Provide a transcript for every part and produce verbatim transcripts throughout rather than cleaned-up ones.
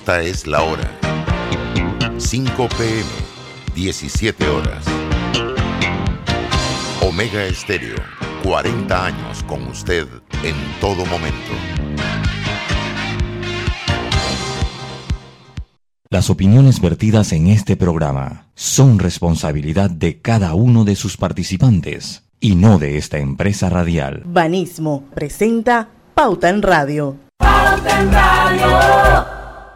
Esta es la hora. cinco p m, diecisiete horas. Omega Estéreo, cuarenta años con usted en todo momento. Las opiniones vertidas en este programa son responsabilidad de cada uno de sus participantes y no de esta empresa radial. Banismo presenta Pauta en Radio. Pauta en Radio.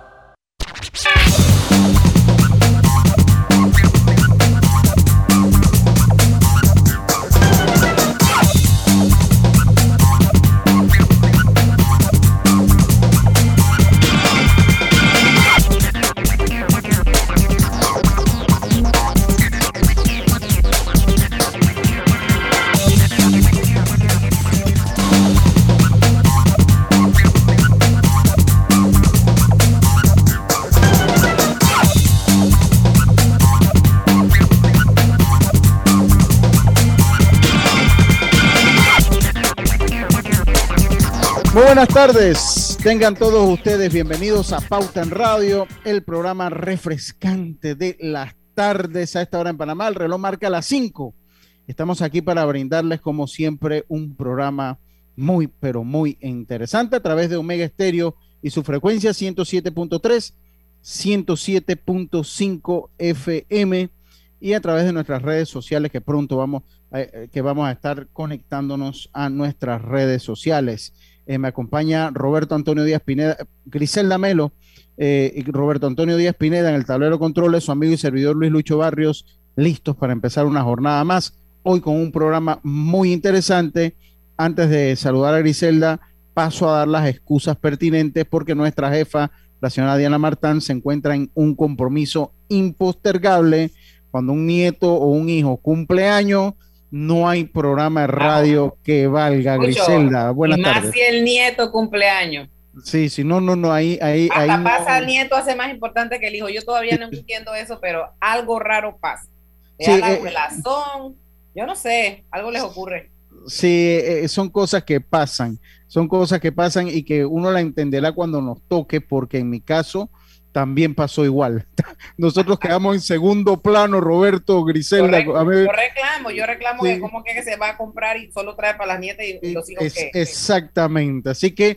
Muy buenas tardes, tengan todos ustedes bienvenidos a Pauta en Radio, el programa refrescante de las tardes a esta hora en Panamá. El reloj marca las cinco. Estamos aquí para brindarles, como siempre, un programa muy, pero muy interesante a través de Omega Estéreo y su frecuencia ciento siete punto tres, ciento siete punto cinco F M y a través de nuestras redes sociales que pronto vamos, eh, que vamos a estar conectándonos a nuestras redes sociales. Eh, me acompaña Roberto Antonio Díaz Pineda, Griselda Melo eh, y Roberto Antonio Díaz Pineda en el tablero de controles, su amigo y servidor Luis Lucho Barrios, listos para empezar una jornada más, hoy con un programa muy interesante. Antes de saludar a Griselda, paso a dar las excusas pertinentes porque nuestra jefa, la señora Diana Martán, se encuentra en un compromiso impostergable. Cuando un nieto o un hijo cumple años, no hay programa de radio que valga. Mucho. Griselda, buenas y más tardes. Si el nieto cumpleaños. Sí, sí, no, no, no, ahí, ahí, Hasta ahí pasa no. El nieto hace más importante que el hijo. Yo todavía no entiendo eso, pero algo raro pasa. Le Sí, da la eh, relazón, yo no sé, algo les ocurre. Sí, eh, son cosas que pasan, son cosas que pasan y que uno la entenderá cuando nos toque, porque en mi caso también pasó igual. Nosotros quedamos en segundo plano, Roberto, Griselda. Yo, a mí, yo reclamo, yo reclamo sí. que como que se va a comprar y solo trae para las nietas y, y los hijos es, que... Exactamente, así que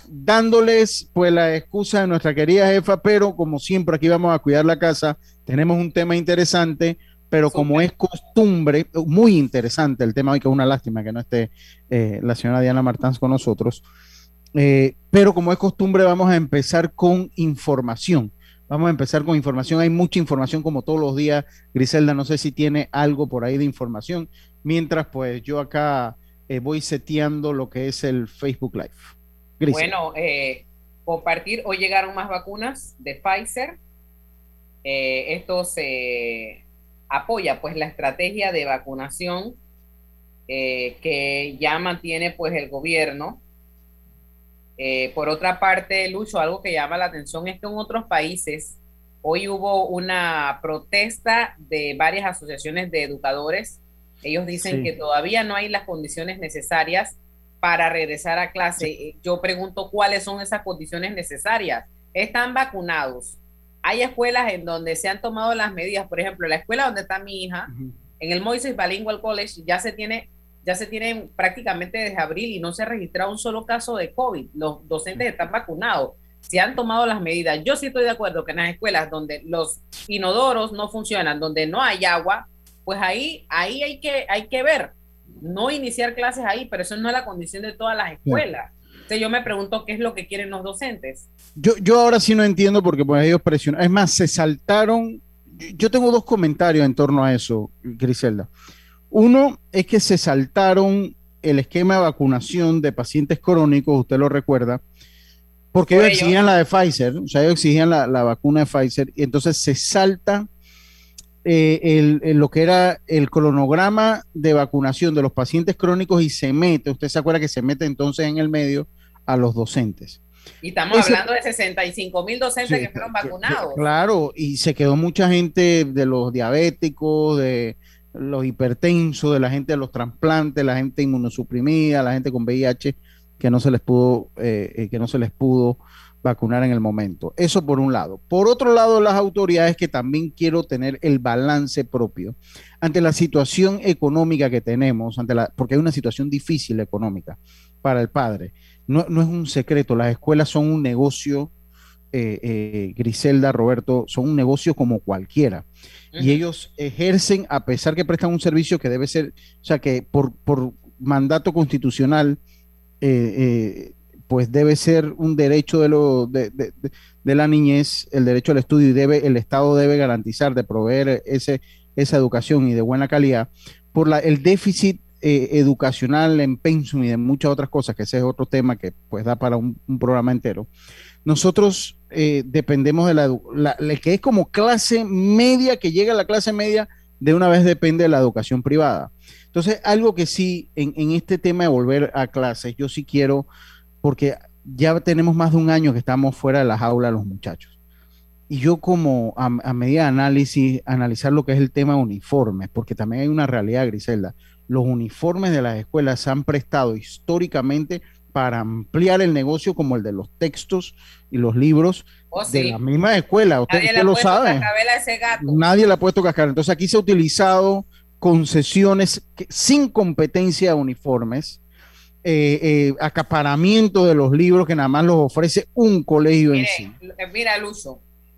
dándoles pues la excusa de nuestra querida jefa, pero como siempre aquí vamos a cuidar la casa, tenemos un tema interesante, pero Super. Como es costumbre, muy interesante el tema hoy, que es una lástima que no esté eh, la señora Diana Martán con nosotros. Eh, pero como es costumbre, vamos a empezar con información. Vamos a empezar con información. Hay mucha información como todos los días. Griselda, no sé si tiene algo por ahí de información. Mientras, pues yo acá eh, voy seteando lo que es el Facebook Live. Griselda. Bueno, eh, compartir. Hoy llegaron más vacunas de Pfizer. Eh, esto se apoya, pues, la estrategia de vacunación eh, que ya mantiene, pues, el gobierno. Eh, por otra parte, Lucho, algo que llama la atención es que en otros países hoy hubo una protesta de varias asociaciones de educadores. Ellos dicen sí. que todavía no hay las condiciones necesarias para regresar a clase. Sí. Yo pregunto cuáles son esas condiciones necesarias. Están vacunados. Hay escuelas en donde se han tomado las medidas. Por ejemplo, la escuela donde está mi hija, uh-huh. en el Moises Bilingual College, ya se tiene... ya se tienen prácticamente desde abril y no se ha registrado un solo caso de COVID. Los docentes están vacunados, se han tomado las medidas. Yo sí estoy de acuerdo que en las escuelas donde los inodoros no funcionan, donde no hay agua, pues ahí, ahí hay que, hay que ver, no iniciar clases ahí, pero eso no es la condición de todas las escuelas. Entonces yo me pregunto qué es lo que quieren los docentes. Yo, yo ahora sí no entiendo porque pues ellos presionan. Es más, se saltaron. Yo tengo dos comentarios en torno a eso, Griselda. Uno es que se saltaron el esquema de vacunación de pacientes crónicos, usted lo recuerda, porque ellos exigían la de Pfizer, o sea, ellos exigían la, la vacuna de Pfizer, y entonces se salta eh, el, el, lo que era el cronograma de vacunación de los pacientes crónicos y se mete, usted se acuerda que se mete entonces en el medio a los docentes. Y estamos Ese, hablando de sesenta y cinco mil docentes sí, que fueron vacunados. Claro, y se quedó mucha gente de los diabéticos, de los hipertensos, de la gente de los trasplantes, la gente inmunosuprimida, la gente con V I H, que no se les pudo, eh, que no se les pudo vacunar en el momento. Eso por un lado. Por otro lado, las autoridades que también quiero tener el balance propio ante la situación económica que tenemos, ante la, porque hay una situación difícil económica para el padre. No, no es un secreto, las escuelas son un negocio, eh, eh, Griselda, Roberto, son un negocio como cualquiera. Uh-huh. Y ellos ejercen, a pesar que prestan un servicio que debe ser, o sea, que por, por mandato constitucional, eh, eh, pues debe ser un derecho de, lo, de, de, de, de la niñez, el derecho al estudio, y debe, el Estado debe garantizar de proveer ese, esa educación y de buena calidad, por la, el déficit eh, educacional en pensum y de muchas otras cosas, que ese es otro tema que pues da para un, un programa entero. Nosotros eh, dependemos de la, la, la que es como clase media, que llega a la clase media, de una vez depende de la educación privada. Entonces, algo que sí, en, en este tema de volver a clases, yo sí quiero, porque ya tenemos más de un año que estamos fuera de las aulas los muchachos. Y yo como a, a medida de análisis, analizar lo que es el tema uniformes, porque también hay una realidad, Griselda, los uniformes de las escuelas se han prestado históricamente para ampliar el negocio, como el de los textos y los libros oh, de sí. la misma escuela. Usted, Nadie usted le lo sabe. A ese gato. Nadie le ha puesto cascabel. Entonces aquí se ha utilizado concesiones que, sin competencia de uniformes, eh, eh, acaparamiento de los libros que nada más los ofrece un colegio Mire, en sí. Mira, Lucho,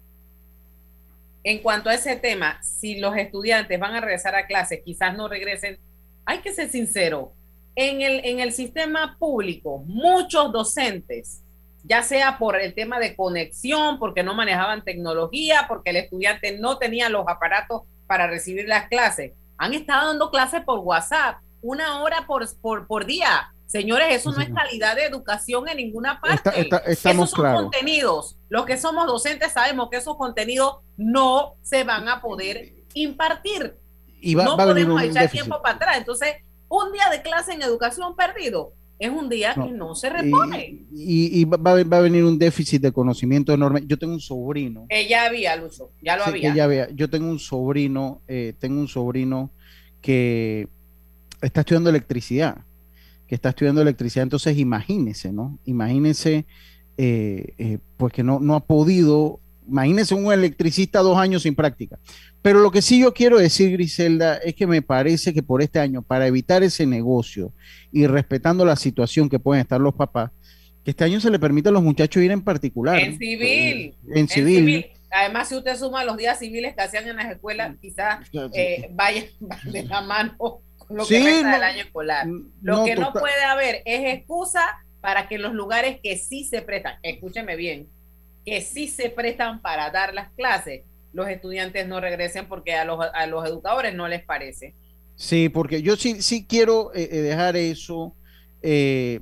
en cuanto a ese tema, si los estudiantes van a regresar a clases, quizás no regresen, hay que ser sincero, en el, en el sistema público, muchos docentes, ya sea por el tema de conexión, porque no manejaban tecnología, porque el estudiante no tenía los aparatos para recibir las clases, han estado dando clases por WhatsApp, una hora por, por, por día. Señores, eso no es calidad de educación en ninguna parte. Está, está, estamos esos son claros. contenidos. Los que somos docentes sabemos que esos contenidos no se van a poder impartir. Y va, no va podemos a echar déficit. tiempo para atrás. Entonces, un día de clase en educación perdido es un día no. que no se repone. Y, y, y va, va a venir un déficit de conocimiento enorme. Yo tengo un sobrino. Eh, ya había, Lucho, ya lo sí, había. Ya había. Yo tengo un sobrino, eh, tengo un sobrino que está estudiando electricidad. que está estudiando electricidad, entonces imagínese, ¿no? Imagínese, eh, eh, pues que no, no ha podido, imagínese un electricista dos años sin práctica. Pero lo que sí yo quiero decir, Griselda, es que me parece que por este año, para evitar ese negocio y respetando la situación que pueden estar los papás, que este año se le permite a los muchachos ir en particular. En civil. En, en civil. civil. Además, si usted suma los días civiles que hacían en las escuelas, quizás eh, vaya de la mano lo que sí, resta no, del año escolar. Lo no, que no total. puede haber es excusa para que los lugares que sí se prestan, escúcheme bien, que sí se prestan para dar las clases, los estudiantes no regresen porque a los, a los educadores no les parece. Sí, porque yo sí, sí quiero eh, dejar eso eh,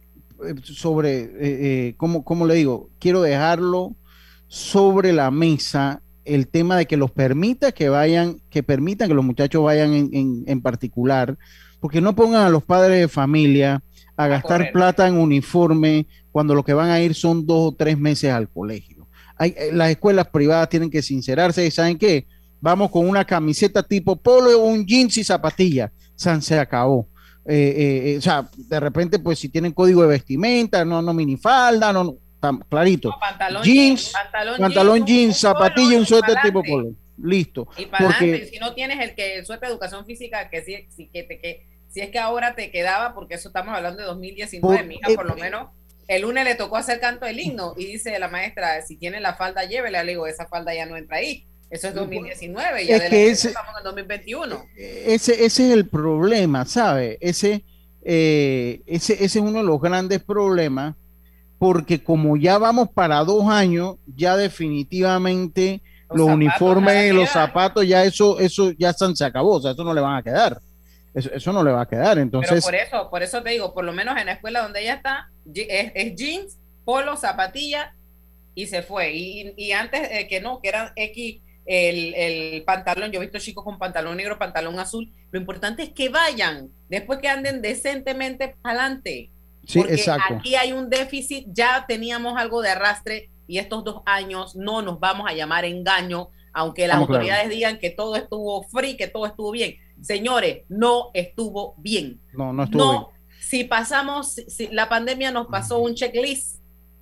sobre, eh, eh, ¿cómo, ¿cómo le digo? Quiero dejarlo sobre la mesa, el tema de que los permita que vayan, que permitan que los muchachos vayan en, en, en particular, porque no pongan a los padres de familia a gastar Correcto. plata en uniforme cuando lo que van a ir son dos o tres meses al colegio. Hay, las escuelas privadas tienen que sincerarse y ¿saben qué? Vamos con una camiseta tipo polo, un jeans y zapatillas. San se acabó. Eh, eh, o sea, de repente, pues si tienen código de vestimenta, no, no minifalda, no, no clarito. No, pantalón jeans, pantalón, pantalón jeans, jeans, zapatilla y un suéter tipo polo. Listo. Y para adelante, si no tienes el que el suéter de educación física, que sí, sí que te que si es que ahora te quedaba, porque eso estamos hablando de dos mil diecinueve, por, mi hija, eh, por lo menos, el lunes le tocó hacer canto del himno, y dice la maestra, si tiene la falda, llévela. Le digo, esa falda ya no entra ahí. Eso es dos mil diecinueve, ya es de que la ese, estamos en dos mil veintiuno. Ese, ese es el problema, ¿sabe? Ese, eh, ese, ese es uno de los grandes problemas, porque como ya vamos para dos años, ya definitivamente los, los uniformes, los zapatos, ya eso, eso ya se acabó, o sea, eso no le van a quedar. Eso, eso no le va a quedar, entonces. Pero por eso, por eso te digo, por lo menos en la escuela donde ella está, es, es jeans, polo, zapatilla, y se fue. Y, y antes eh, que no, que eran X el, el pantalón, yo he visto chicos con pantalón negro, pantalón azul. Lo importante es que vayan, después que anden decentemente adelante. Sí, porque exacto. Aquí hay un déficit, ya teníamos algo de arrastre, y estos dos años no nos vamos a llamar engaño, aunque las Vamos, autoridades claro. digan que todo estuvo free, que todo estuvo bien. Señores, no estuvo bien. No, no estuvo no, bien. Si pasamos, si la pandemia nos pasó un checklist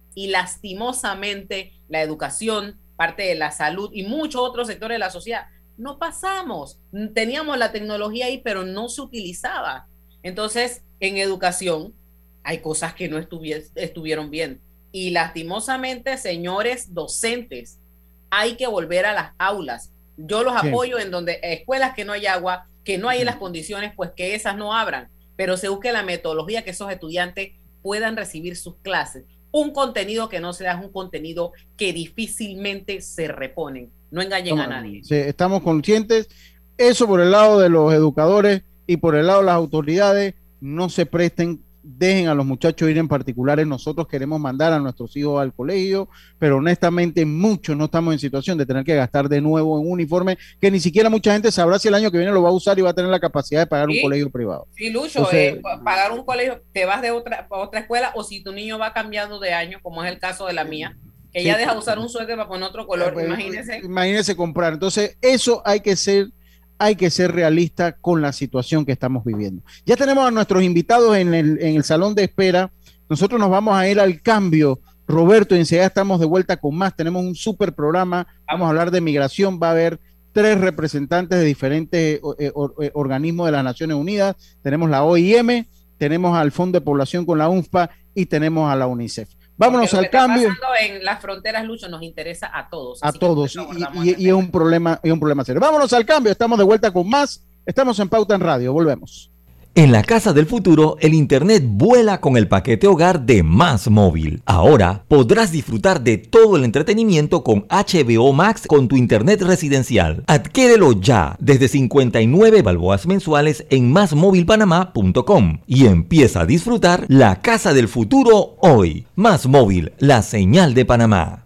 y lastimosamente la educación, parte de la salud y muchos otros sectores de la sociedad, no pasamos. Teníamos la tecnología ahí, pero no se utilizaba. Entonces, en educación hay cosas que no estuvi- estuvieron bien. Y lastimosamente, señores docentes, hay que volver a las aulas. Yo los sí. apoyo en donde escuelas que no hay agua, que no hay sí. las condiciones, pues que esas no abran, pero se busque la metodología que esos estudiantes puedan recibir sus clases. Un contenido que no sea un contenido que difícilmente se reponen. No engañen no, a nadie. Sí, estamos conscientes. Eso por el lado de los educadores y por el lado de las autoridades, no se presten, dejen a los muchachos ir en particulares. Nosotros queremos mandar a nuestros hijos al colegio, pero honestamente muchos no estamos en situación de tener que gastar de nuevo en un uniforme que ni siquiera mucha gente sabrá si el año que viene lo va a usar y va a tener la capacidad de pagar sí, un colegio privado. Sí, Lucho, Entonces, eh, pagar un colegio, te vas de otra, a otra escuela, o si tu niño va cambiando de año, como es el caso de la mía, que sí, ya deja de usar un suéter para poner otro color, pues, imagínese. Imagínese comprar. Entonces, eso hay que ser hay que ser realista con la situación que estamos viviendo. Ya tenemos a nuestros invitados en el, en el salón de espera. Nosotros nos vamos a ir al cambio. Roberto, enseguida estamos de vuelta con más. Tenemos un súper programa. Vamos a hablar de migración. Va a haber tres representantes de diferentes eh, or, eh, organismos de las Naciones Unidas. Tenemos la O I M, tenemos al Fondo de Población con la U N F P A y tenemos a la UNICEF. Vámonos al cambio. En las fronteras, Lucho, nos interesa a todos. A todos, y, y, y es un problema, es un problema serio. Vámonos al cambio, estamos de vuelta con más. Estamos en Pauta en Radio, volvemos. En la casa del futuro, el internet vuela con el paquete hogar de Más Móvil. Ahora podrás disfrutar de todo el entretenimiento con H B O Max con tu internet residencial. Adquiérelo ya desde cincuenta y nueve balboas mensuales en más móvil panamá punto com y empieza a disfrutar la casa del futuro hoy. Más Móvil, la señal de Panamá.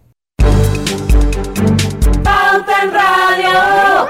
Pauta en Radio.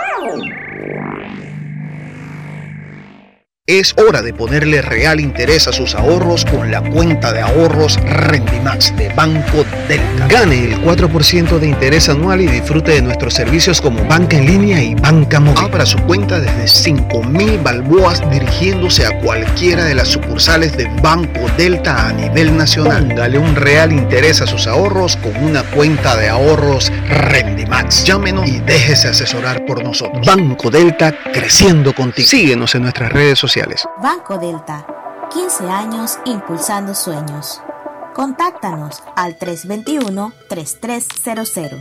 Es hora de ponerle real interés a sus ahorros con la cuenta de ahorros Rendimax de Banco Delta. Gane el cuatro por ciento de interés anual y disfrute de nuestros servicios como banca en línea y banca móvil. Abra su cuenta desde cinco mil balboas dirigiéndose a cualquiera de las sucursales de Banco Delta a nivel nacional. Póngale un real interés a sus ahorros con una cuenta de ahorros Rendimax. Llámenos y déjese asesorar por nosotros. Banco Delta, creciendo contigo. Síguenos en nuestras redes sociales. Banco Delta, quince años impulsando sueños. Contáctanos al tres dos uno, tres tres cero cero.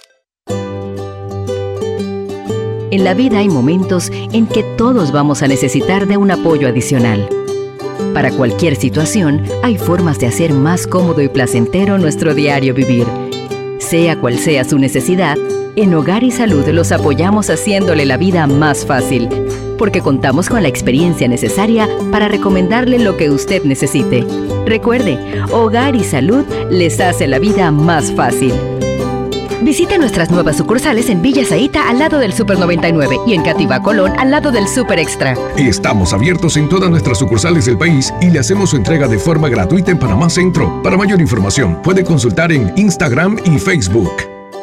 En la vida hay momentos en que todos vamos a necesitar de un apoyo adicional. Para cualquier situación, hay formas de hacer más cómodo y placentero nuestro diario vivir. Sea cual sea su necesidad, en Hogar y Salud los apoyamos haciéndole la vida más fácil, porque contamos con la experiencia necesaria para recomendarle lo que usted necesite. Recuerde, Hogar y Salud les hace la vida más fácil. Visite nuestras nuevas sucursales en Villa Zaita al lado del Super noventa y nueve y en Cativa Colón al lado del Super Extra. Estamos abiertos en todas nuestras sucursales del país y le hacemos su entrega de forma gratuita en Panamá Centro. Para mayor información, puede consultar en Instagram y Facebook.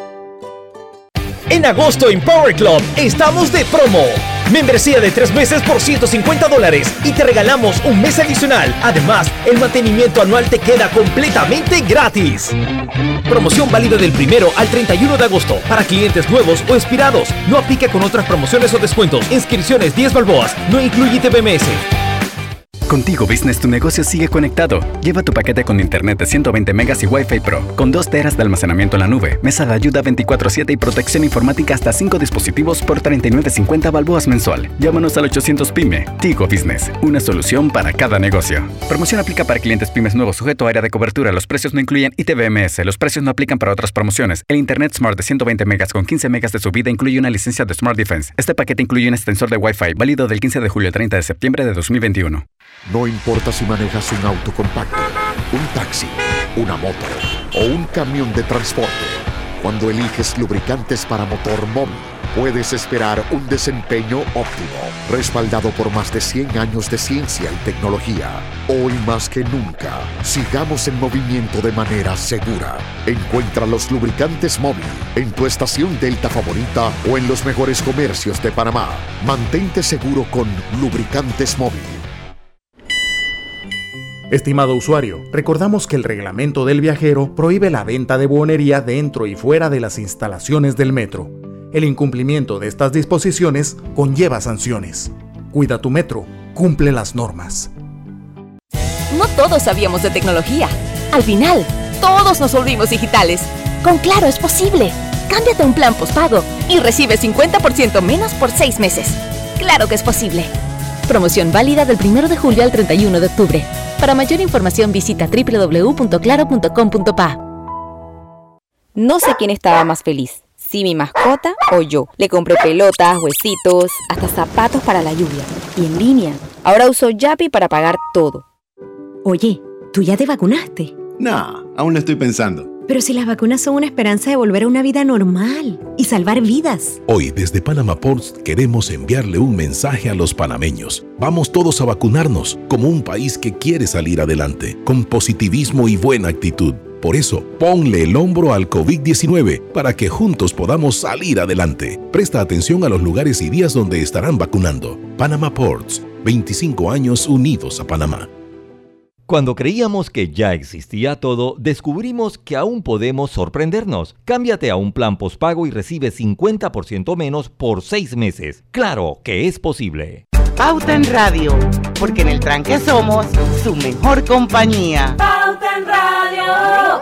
En agosto en Power Club estamos de promo. Membresía de tres meses por ciento cincuenta dólares y te regalamos un mes adicional. Además, el mantenimiento anual te queda completamente gratis. Promoción válida del primero al treinta y uno de agosto para clientes nuevos o expirados. No aplica con otras promociones o descuentos. Inscripciones diez balboas. No incluye T V M S. Contigo Business tu negocio sigue conectado. Lleva tu paquete con internet de ciento veinte megas y Wi-Fi Pro, con dos teras de almacenamiento en la nube, mesa de ayuda veinticuatro siete y protección informática hasta cinco dispositivos por treinta y nueve cincuenta balboas mensual. Llámanos al ochocientos PYME. Tigo Business, una solución para cada negocio. Promoción aplica para clientes pymes nuevos, sujeto a área de cobertura. Los precios no incluyen I T V M S. Los precios no aplican para otras promociones. El Internet Smart de ciento veinte megas con quince megas de subida incluye una licencia de Smart Defense. Este paquete incluye un extensor de Wi-Fi, válido del quince de julio al treinta de septiembre de dos mil veintiuno. No importa si manejas un auto compacto, un taxi, una moto o un camión de transporte. Cuando eliges lubricantes para motor móvil, puedes esperar un desempeño óptimo, respaldado por más de cien años de ciencia y tecnología. Hoy más que nunca, sigamos en movimiento de manera segura. Encuentra los lubricantes móvil en tu estación Delta favorita o en los mejores comercios de Panamá. Mantente seguro con lubricantes móvil. Estimado usuario, recordamos que el reglamento del viajero prohíbe la venta de buhonería dentro y fuera de las instalaciones del metro. El incumplimiento de estas disposiciones conlleva sanciones. Cuida tu metro, cumple las normas. No todos sabíamos de tecnología. Al final, todos nos volvimos digitales. Con Claro es posible. Cámbiate a un plan postpago y recibe cincuenta por ciento menos por seis meses. Claro que es posible. Promoción válida del primero de julio al treinta y uno de octubre. Para mayor información visita doble u doble u doble u punto claro punto com punto pa. No sé quién estaba más feliz, si mi mascota o yo. Le compré pelotas, huesitos, hasta zapatos para la lluvia. Y en línea. Ahora uso Yapi para pagar todo. Oye, ¿tú ya te vacunaste? No, aún lo estoy pensando. Pero si las vacunas son una esperanza de volver a una vida normal y salvar vidas. Hoy desde Panama Ports queremos enviarle un mensaje a los panameños. Vamos todos a vacunarnos como un país que quiere salir adelante, con positivismo y buena actitud. Por eso, ponle el hombro al COVID diecinueve para que juntos podamos salir adelante. Presta atención a los lugares y días donde estarán vacunando. Panama Ports, veinticinco años unidos a Panamá. Cuando creíamos que ya existía todo, descubrimos que aún podemos sorprendernos. Cámbiate a un plan postpago y recibe cincuenta por ciento menos por seis meses. ¡Claro que es posible! Pauta en Radio, porque en el tranque somos su mejor compañía. Pauta en Radio.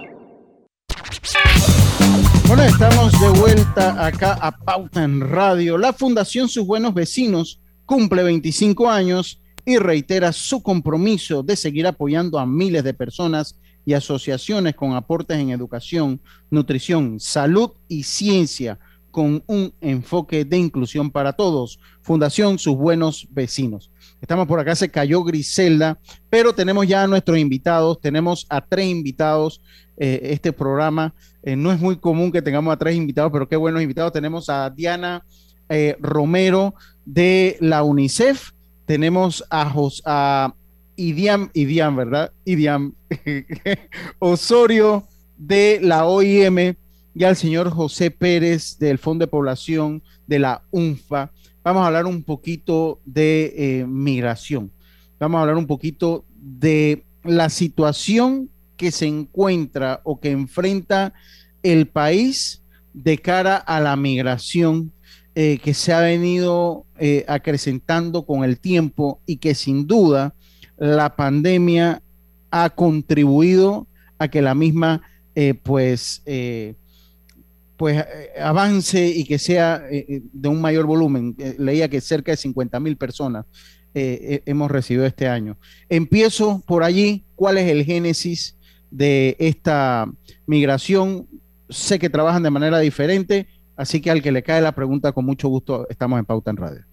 Bueno, estamos de vuelta acá a Pauta en Radio. La Fundación Sus Buenos Vecinos cumple veinticinco años y reitera su compromiso de seguir apoyando a miles de personas y asociaciones con aportes en educación, nutrición, salud y ciencia, con un enfoque de inclusión para todos. Fundación Sus Buenos Vecinos. Estamos por acá, se cayó Griselda, pero tenemos ya a nuestros invitados, tenemos a tres invitados. Eh, este programa eh, no es muy común que tengamos a tres invitados, pero qué buenos invitados. Tenemos a Diana eh, Romero de la UNICEF. Tenemos a, Jos, a Idiam, Idiam, ¿verdad? Idiam Osorio de la O I M y al señor José Pérez del Fondo de Población de la UNFA. Vamos a hablar un poquito de eh, migración. Vamos a hablar un poquito de la situación que se encuentra o que enfrenta el país de cara a la migración Eh, que se ha venido eh, acrecentando con el tiempo y que sin duda la pandemia ha contribuido a que la misma eh, pues, eh, pues eh, avance y que sea eh, de un mayor volumen. Eh, leía que cerca de cincuenta mil personas eh, eh, hemos recibido este año. Empiezo por allí. ¿Cuál es el génesis de esta migración? Sé que trabajan de manera diferente. Así que al que le cae la pregunta, con mucho gusto, estamos en Pauta en Radio.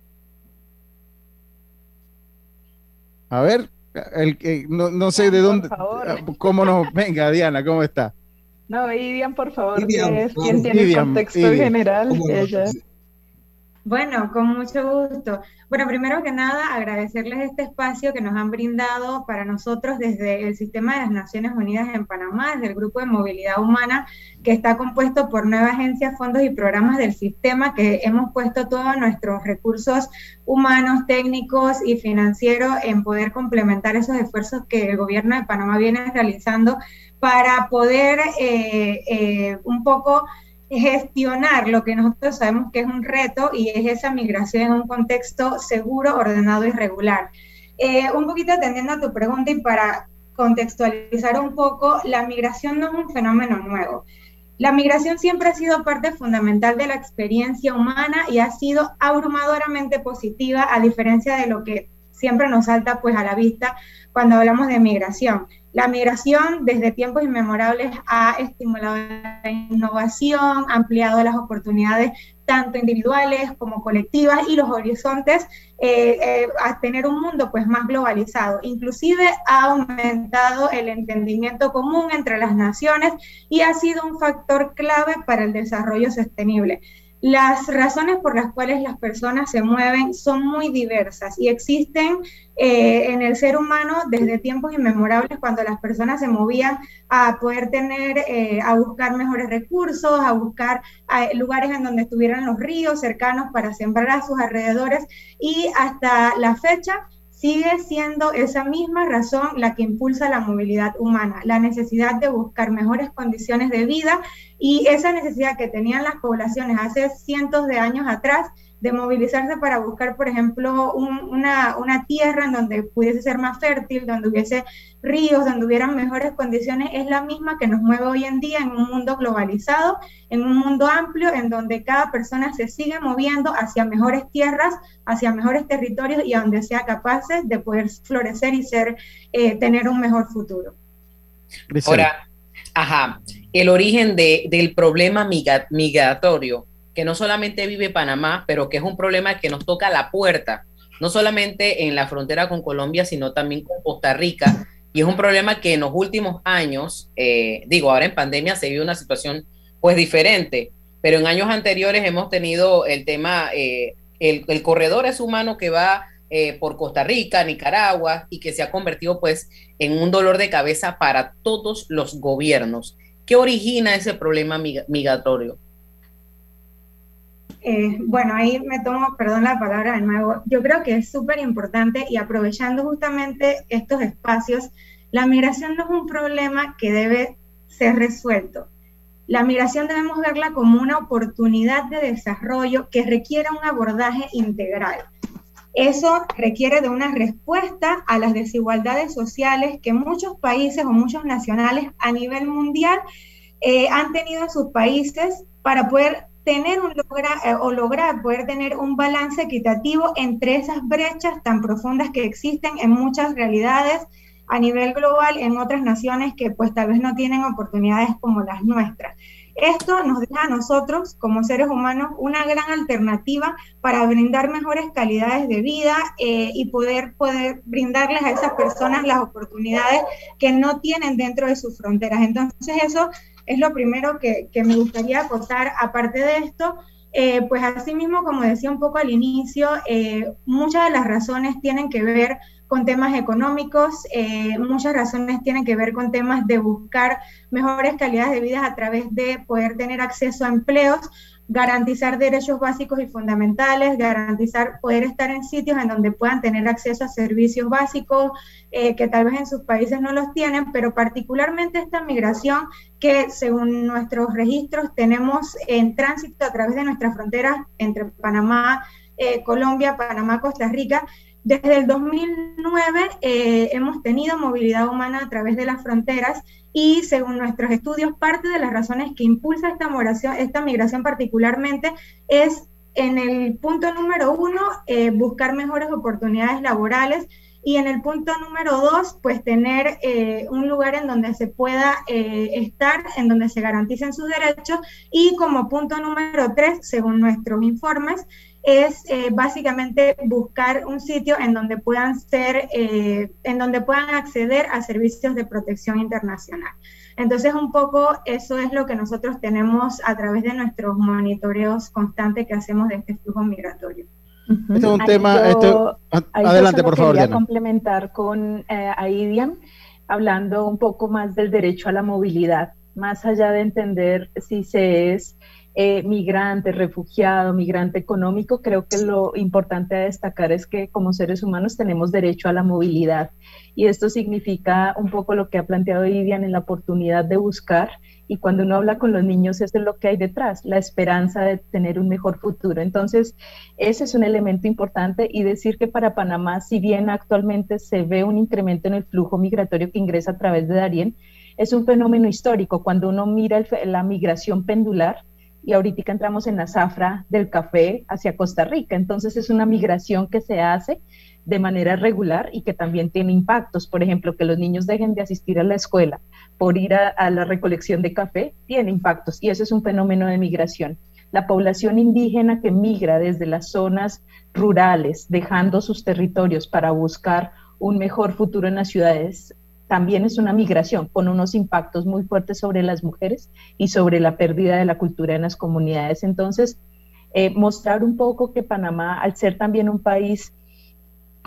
A ver, el que no, no sé de dónde, cómo nos venga, Diana, ¿cómo está? No, Idian, por favor, Idian, que es quien tiene Idian, el contexto Idian. general. Ella. Bueno, con mucho gusto. Bueno, primero que nada, agradecerles este espacio que nos han brindado para nosotros desde el Sistema de las Naciones Unidas en Panamá, desde el Grupo de Movilidad Humana, que está compuesto por nueve agencias, fondos y programas del sistema, que hemos puesto todos nuestros recursos humanos, técnicos y financieros en poder complementar esos esfuerzos que el gobierno de Panamá viene realizando para poder eh, eh, un poco gestionar lo que nosotros sabemos que es un reto, y es esa migración en un contexto seguro, ordenado y regular. Eh, un poquito atendiendo a tu pregunta y para contextualizar un poco, la migración no es un fenómeno nuevo. La migración siempre ha sido parte fundamental de la experiencia humana y ha sido abrumadoramente positiva, a diferencia de lo que siempre nos salta pues a la vista cuando hablamos de migración. La migración desde tiempos inmemorables ha estimulado la innovación, ha ampliado las oportunidades tanto individuales como colectivas y los horizontes eh, eh, a tener un mundo pues más globalizado. Inclusive ha aumentado el entendimiento común entre las naciones y ha sido un factor clave para el desarrollo sostenible. Las razones por las cuales las personas se mueven son muy diversas y existen eh, en el ser humano desde tiempos inmemorables, cuando las personas se movían a poder tener, eh, a buscar mejores recursos, a buscar a lugares en donde estuvieran los ríos cercanos para sembrar a sus alrededores, y hasta la fecha sigue siendo esa misma razón la que impulsa la movilidad humana, la necesidad de buscar mejores condiciones de vida y esa necesidad que tenían las poblaciones hace cientos de años atrás de movilizarse para buscar, por ejemplo, un, una, una tierra en donde pudiese ser más fértil, donde hubiese ríos, donde hubieran mejores condiciones, es la misma que nos mueve hoy en día en un mundo globalizado, en un mundo amplio, en donde cada persona se sigue moviendo hacia mejores tierras, hacia mejores territorios y a donde sea capaces de poder florecer y ser, eh, tener un mejor futuro. Ahora, ajá, el origen de, del problema migra, migratorio, que no solamente vive Panamá, pero que es un problema que nos toca a la puerta, no solamente en la frontera con Colombia, sino también con Costa Rica, y es un problema que en los últimos años, eh, digo, ahora en pandemia se vive una situación pues diferente, pero en años anteriores hemos tenido el tema, eh, el, el corredor es humano que va eh, por Costa Rica, Nicaragua, y que se ha convertido pues en un dolor de cabeza para todos los gobiernos. ¿Qué origina ese problema mig- migratorio? Eh, bueno, ahí me tomo, perdón la palabra de nuevo, yo creo que es súper importante y aprovechando justamente estos espacios, la migración no es un problema que debe ser resuelto. La migración debemos verla como una oportunidad de desarrollo que requiere un abordaje integral. Eso requiere de una respuesta a las desigualdades sociales que muchos países o muchos nacionales a nivel mundial eh, han tenido en sus países para poder tener un logra, eh, o lograr poder tener un balance equitativo entre esas brechas tan profundas que existen en muchas realidades a nivel global, en otras naciones que pues tal vez no tienen oportunidades como las nuestras. Esto nos deja a nosotros, como seres humanos, una gran alternativa para brindar mejores calidades de vida eh, y poder, poder brindarles a esas personas las oportunidades que no tienen dentro de sus fronteras. Entonces eso es lo primero que, que me gustaría acotar. Aparte de esto, eh, pues así mismo, como decía un poco al inicio, eh, muchas de las razones tienen que ver con temas económicos, eh, muchas razones tienen que ver con temas de buscar mejores calidades de vida a través de poder tener acceso a empleos, garantizar derechos básicos y fundamentales, garantizar poder estar en sitios en donde puedan tener acceso a servicios básicos eh, que tal vez en sus países no los tienen, pero particularmente esta migración que según nuestros registros tenemos en tránsito a través de nuestras fronteras entre Panamá, eh, Colombia, Panamá, Costa Rica. Desde el dos mil nueve eh, hemos tenido movilidad humana a través de las fronteras y según nuestros estudios, parte de las razones que impulsa esta migración, esta migración particularmente es en el punto número uno, eh, buscar mejores oportunidades laborales y en el punto número dos, pues tener eh, un lugar en donde se pueda eh, estar, en donde se garanticen sus derechos y como punto número tres, según nuestros informes, es eh, básicamente buscar un sitio en donde puedan ser, eh, en donde puedan acceder a servicios de protección internacional. Entonces, un poco eso es lo que nosotros tenemos a través de nuestros monitoreos constantes que hacemos de este flujo migratorio. Uh-huh. Este es un ahí tema, yo, esto, adelante por favor, quería Diana. Complementar con eh, Aidian, hablando un poco más del derecho a la movilidad, más allá de entender si se es Eh, migrante, refugiado, migrante económico, creo que lo importante a destacar es que como seres humanos tenemos derecho a la movilidad y esto significa un poco lo que ha planteado Vivian en la oportunidad de buscar y cuando uno habla con los niños eso es lo que hay detrás, la esperanza de tener un mejor futuro. Entonces ese es un elemento importante y decir que para Panamá, si bien actualmente se ve un incremento en el flujo migratorio que ingresa a través de Darién, es un fenómeno histórico. Cuando uno mira el, la migración pendular, y ahorita entramos en la zafra del café hacia Costa Rica, entonces es una migración que se hace de manera regular y que también tiene impactos, por ejemplo, que los niños dejen de asistir a la escuela por ir a, a la recolección de café, tiene impactos y eso es un fenómeno de migración. La población indígena que migra desde las zonas rurales, dejando sus territorios para buscar un mejor futuro en las ciudades, también es una migración con unos impactos muy fuertes sobre las mujeres y sobre la pérdida de la cultura en las comunidades. Entonces, eh, mostrar un poco que Panamá, al ser también un país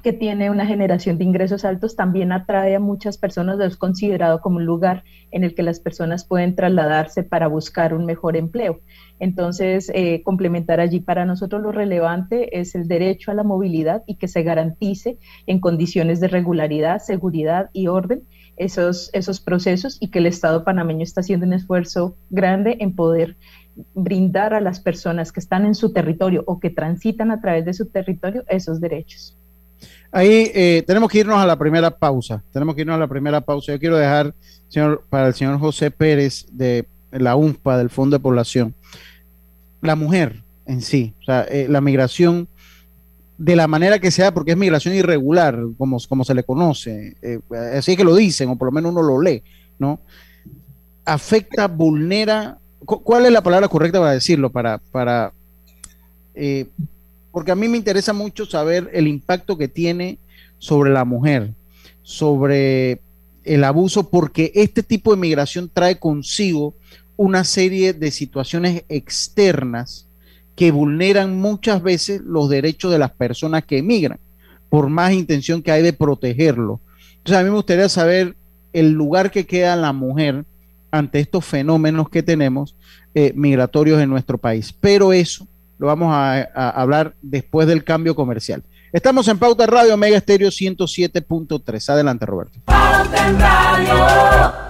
que tiene una generación de ingresos altos, también atrae a muchas personas, es considerado como un lugar en el que las personas pueden trasladarse para buscar un mejor empleo. Entonces, eh, complementar allí, para nosotros lo relevante es el derecho a la movilidad y que se garantice en condiciones de regularidad, seguridad y orden esos, esos procesos, y que el Estado panameño está haciendo un esfuerzo grande en poder brindar a las personas que están en su territorio o que transitan a través de su territorio esos derechos. Ahí eh, tenemos que irnos a la primera pausa, tenemos que irnos a la primera pausa. Yo quiero dejar, señor, para el señor José Pérez de la U N F P A, del Fondo de Población, la mujer en sí, o sea, eh, la migración de la manera que sea, porque es migración irregular, como, como se le conoce, eh, así es que lo dicen, o por lo menos uno lo lee, ¿no? Afecta, vulnera, ¿cuál es la palabra correcta para decirlo? Para, para eh, porque a mí me interesa mucho saber el impacto que tiene sobre la mujer, sobre el abuso, porque este tipo de migración trae consigo una serie de situaciones externas que vulneran muchas veces los derechos de las personas que emigran, por más intención que hay de protegerlo. Entonces a mí me gustaría saber el lugar que queda la mujer ante estos fenómenos que tenemos eh, migratorios en nuestro país. Pero eso lo vamos a, a hablar después del cambio comercial. Estamos en Pauta Radio, Mega Estéreo ciento siete punto tres. Adelante, Roberto. Pauta en Radio.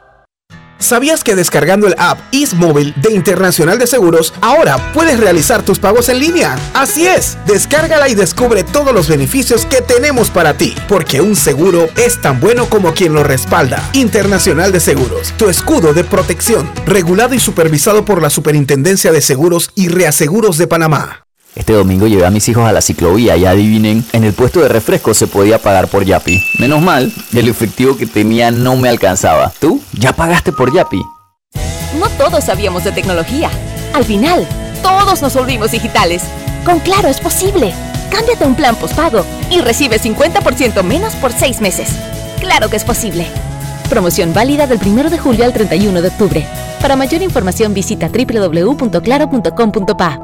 ¿Sabías que descargando el app ISMóvil de Internacional de Seguros, ahora puedes realizar tus pagos en línea? Así es, descárgala y descubre todos los beneficios que tenemos para ti, porque un seguro es tan bueno como quien lo respalda. Internacional de Seguros, tu escudo de protección, regulado y supervisado por la Superintendencia de Seguros y Reaseguros de Panamá. Este domingo llevé a mis hijos a la ciclovía y adivinen, en el puesto de refresco se podía pagar por Yapi. Menos mal, el efectivo que tenía no me alcanzaba. ¿Tú? ¿Ya pagaste por Yapi? No todos sabíamos de tecnología. Al final, todos nos volvimos digitales. Con Claro es posible. Cámbiate a un plan postpago y recibe cincuenta por ciento menos por seis meses. Claro que es posible. Promoción válida del primero de julio al treinta y uno de octubre. Para mayor información visita doble u doble u doble u punto claro punto com punto pa.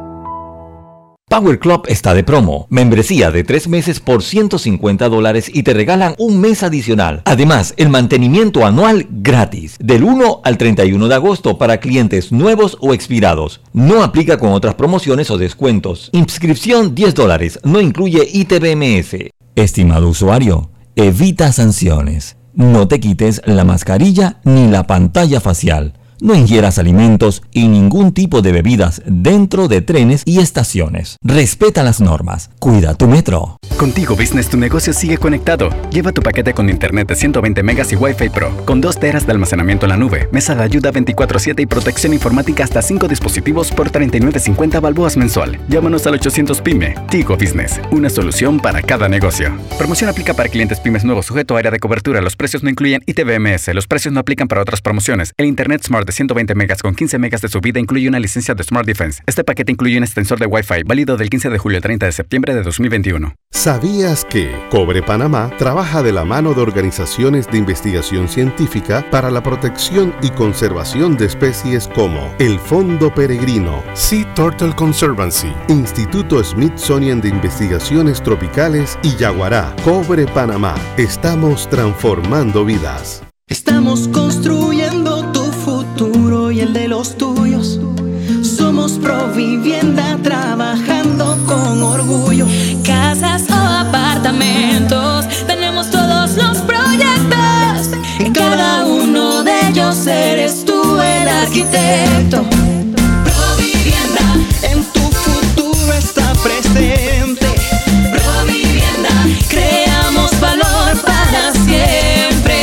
Power Club está de promo. Membresía de tres meses por ciento cincuenta dólares y te regalan un mes adicional. Además, el mantenimiento anual gratis. Del uno al treinta y uno de agosto para clientes nuevos o expirados. No aplica con otras promociones o descuentos. Inscripción diez dólares. No incluye I T B M S. Estimado usuario, evita sanciones. No te quites la mascarilla ni la pantalla facial. No ingieras alimentos y ningún tipo de bebidas dentro de trenes y estaciones. Respeta las normas. Cuida tu metro. Contigo Business tu negocio sigue conectado. Lleva tu paquete con internet de ciento veinte megas y Wi-Fi Pro, con dos teras de almacenamiento en la nube, mesa de ayuda veinticuatro siete y protección informática hasta cinco dispositivos por treinta y nueve cincuenta balboas mensual. Llámanos al ochocientos PYME. Tigo Business, una solución para cada negocio. Promoción aplica para clientes pymes nuevos, sujeto a área de cobertura. Los precios no incluyen I T B M S. Los precios no aplican para otras promociones. El Internet Smart de ciento veinte megas con quince megas de subida incluye una licencia de Smart Defense. Este paquete incluye un extensor de Wi-Fi válido del quince de julio al treinta de septiembre de dos mil veintiuno. ¿Sabías que Cobre Panamá trabaja de la mano de organizaciones de investigación científica para la protección y conservación de especies como el Fondo Peregrino, Sea Turtle Conservancy, Instituto Smithsonian de Investigaciones Tropicales y Yaguará? Cobre Panamá. Estamos transformando vidas. Estamos construyendo tu futuro y el de los tuyos. Somos Provivienda, trabajando con orgullo. Casas o apartamentos, tenemos todos los proyectos. En cada uno de ellos eres tú el arquitecto. Provivienda, en tu futuro está presente. Provivienda, creamos valor para siempre.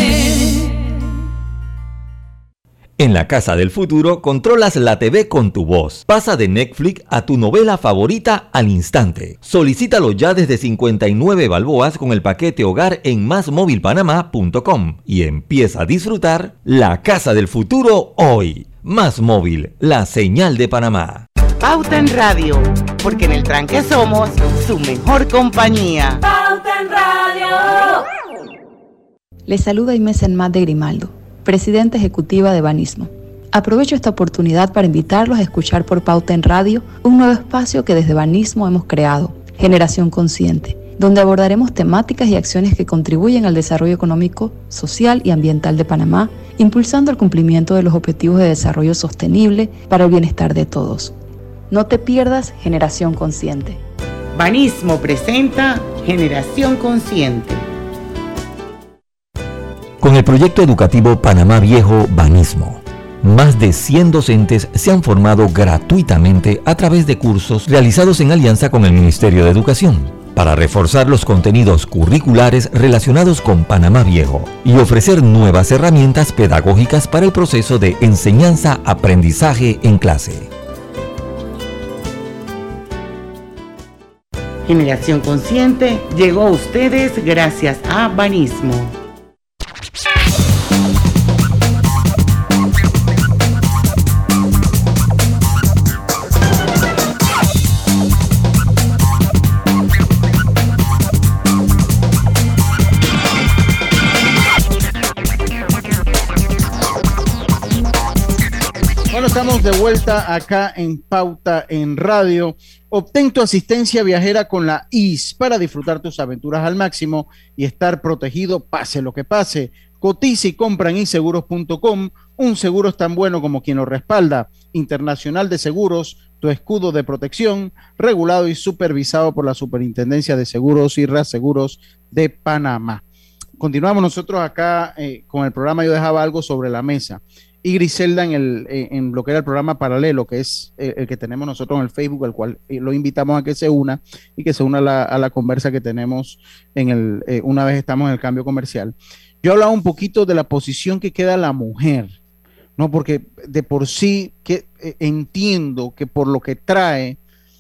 En la Casa del Futuro controlas la T V con tu voz. Pasa de Netflix a tu novela favorita al instante. Solicítalo ya desde cincuenta y nueve balboas con el paquete hogar en más móvil panamá punto com y empieza a disfrutar la Casa del Futuro hoy. Más Móvil, la señal de Panamá. Pauta en Radio, porque en el tranque somos su mejor compañía. Pauta en Radio. Les saluda Inés Enmat de Grimaldo, presidenta ejecutiva de Banismo. Aprovecho esta oportunidad para invitarlos a escuchar por Pauta en Radio un nuevo espacio que desde Banismo hemos creado, Generación Consciente, donde abordaremos temáticas y acciones que contribuyen al desarrollo económico, social y ambiental de Panamá, impulsando el cumplimiento de los objetivos de desarrollo sostenible para el bienestar de todos. No te pierdas Generación Consciente. Banismo presenta Generación Consciente. Con el proyecto educativo Panamá Viejo Banismo, más de cien docentes se han formado gratuitamente a través de cursos realizados en alianza con el Ministerio de Educación, para reforzar los contenidos curriculares relacionados con Panamá Viejo y ofrecer nuevas herramientas pedagógicas para el proceso de enseñanza-aprendizaje en clase. Generación Consciente llegó a ustedes gracias a Banismo. Bueno, estamos de vuelta acá en Pauta en Radio. Obtén tu asistencia viajera con la I S para disfrutar tus aventuras al máximo y estar protegido pase lo que pase. Cotiza y compra en inseguros punto com. Un seguro es tan bueno como quien lo respalda. Internacional de Seguros, tu escudo de protección, regulado y supervisado por la Superintendencia de Seguros y Reaseguros de Panamá. Continuamos nosotros acá eh, con el programa. Yo dejaba algo sobre la mesa. Y Griselda en, el, en lo que era el programa paralelo, que es el, el que tenemos nosotros en el Facebook, al cual lo invitamos a que se una y que se una a la, a la conversa que tenemos en el, eh, una vez estamos en el cambio comercial. Yo hablaba un poquito de la posición que queda la mujer, ¿no? Porque de por sí que, eh, entiendo que por lo que trae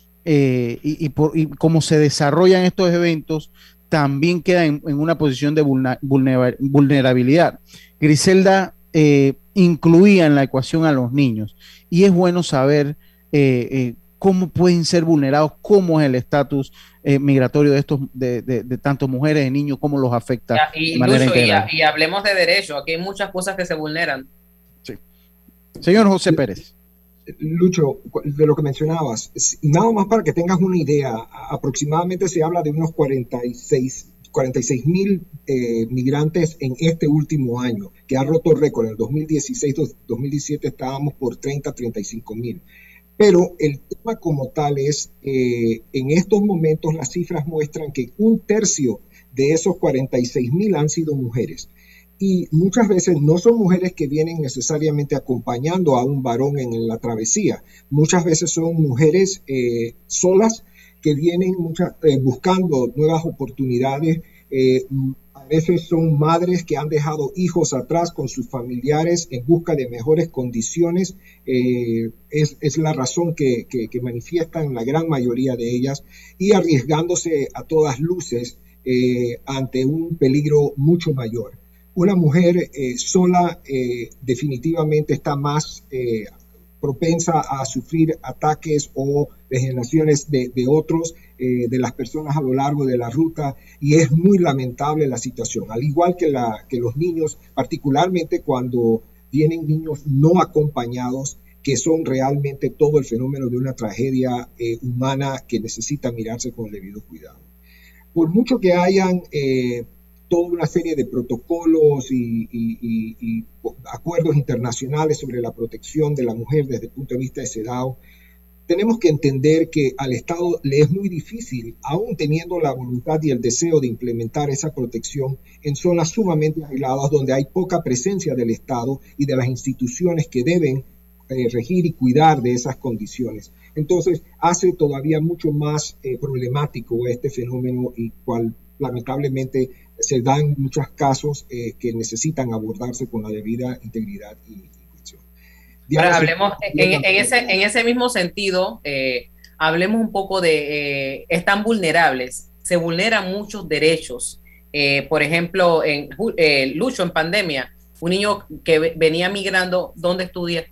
eh, y, y, por, y cómo se desarrollan estos eventos, también queda en, en una posición de vulna, vulner, vulnerabilidad. Griselda eh, incluía en la ecuación a los niños, y es bueno saber eh, eh, cómo pueden ser vulnerados, cómo es el estatus eh, migratorio de estos de, de, de tanto mujeres y niños, cómo los afecta. Y, de manera Lucho, integral. y, y hablemos de derecho, aquí hay muchas cosas que se vulneran. Sí. Señor José Pérez. Lucho, de lo que mencionabas, nada más para que tengas una idea, aproximadamente se habla de unos cuarenta y seis mil eh, migrantes en este último año, que ha roto récord. En el dos mil dieciséis dos mil diecisiete estábamos por treinta, treinta y cinco mil. Pero el tema como tal es, eh, en estos momentos las cifras muestran que un tercio de esos cuarenta y seis mil han sido mujeres. Y muchas veces no son mujeres que vienen necesariamente acompañando a un varón en la travesía. Muchas veces son mujeres eh, solas que vienen muchas, eh, buscando nuevas oportunidades. Eh, a veces son madres que han dejado hijos atrás con sus familiares en busca de mejores condiciones. Eh, es, es la razón que, que, que manifiestan la gran mayoría de ellas, y arriesgándose a todas luces eh, ante un peligro mucho mayor. Una mujer eh, sola eh, definitivamente está más eh, propensa a sufrir ataques o degeneraciones de, de otros, eh, de las personas a lo largo de la ruta, y es muy lamentable la situación, al igual que, la, que los niños, particularmente cuando vienen niños no acompañados, que son realmente todo el fenómeno de una tragedia eh, humana que necesita mirarse con el debido cuidado. Por mucho que hayan eh, toda una serie de protocolos y, y, y, y acuerdos internacionales sobre la protección de la mujer desde el punto de vista de CEDAW, tenemos que entender que al Estado le es muy difícil, aún teniendo la voluntad y el deseo de implementar esa protección en zonas sumamente aisladas donde hay poca presencia del Estado y de las instituciones que deben eh, regir y cuidar de esas condiciones. Entonces, hace todavía mucho más eh, problemático este fenómeno, y cual lamentablemente se dan muchos casos eh, que necesitan abordarse con la debida integridad y, y cuestión. Ahora, hablemos en, en, ese, en ese mismo sentido, eh, hablemos un poco de, eh, están vulnerables, se vulneran muchos derechos. Eh, por ejemplo, en eh, Lucho, en pandemia, un niño que venía migrando, ¿dónde estudia?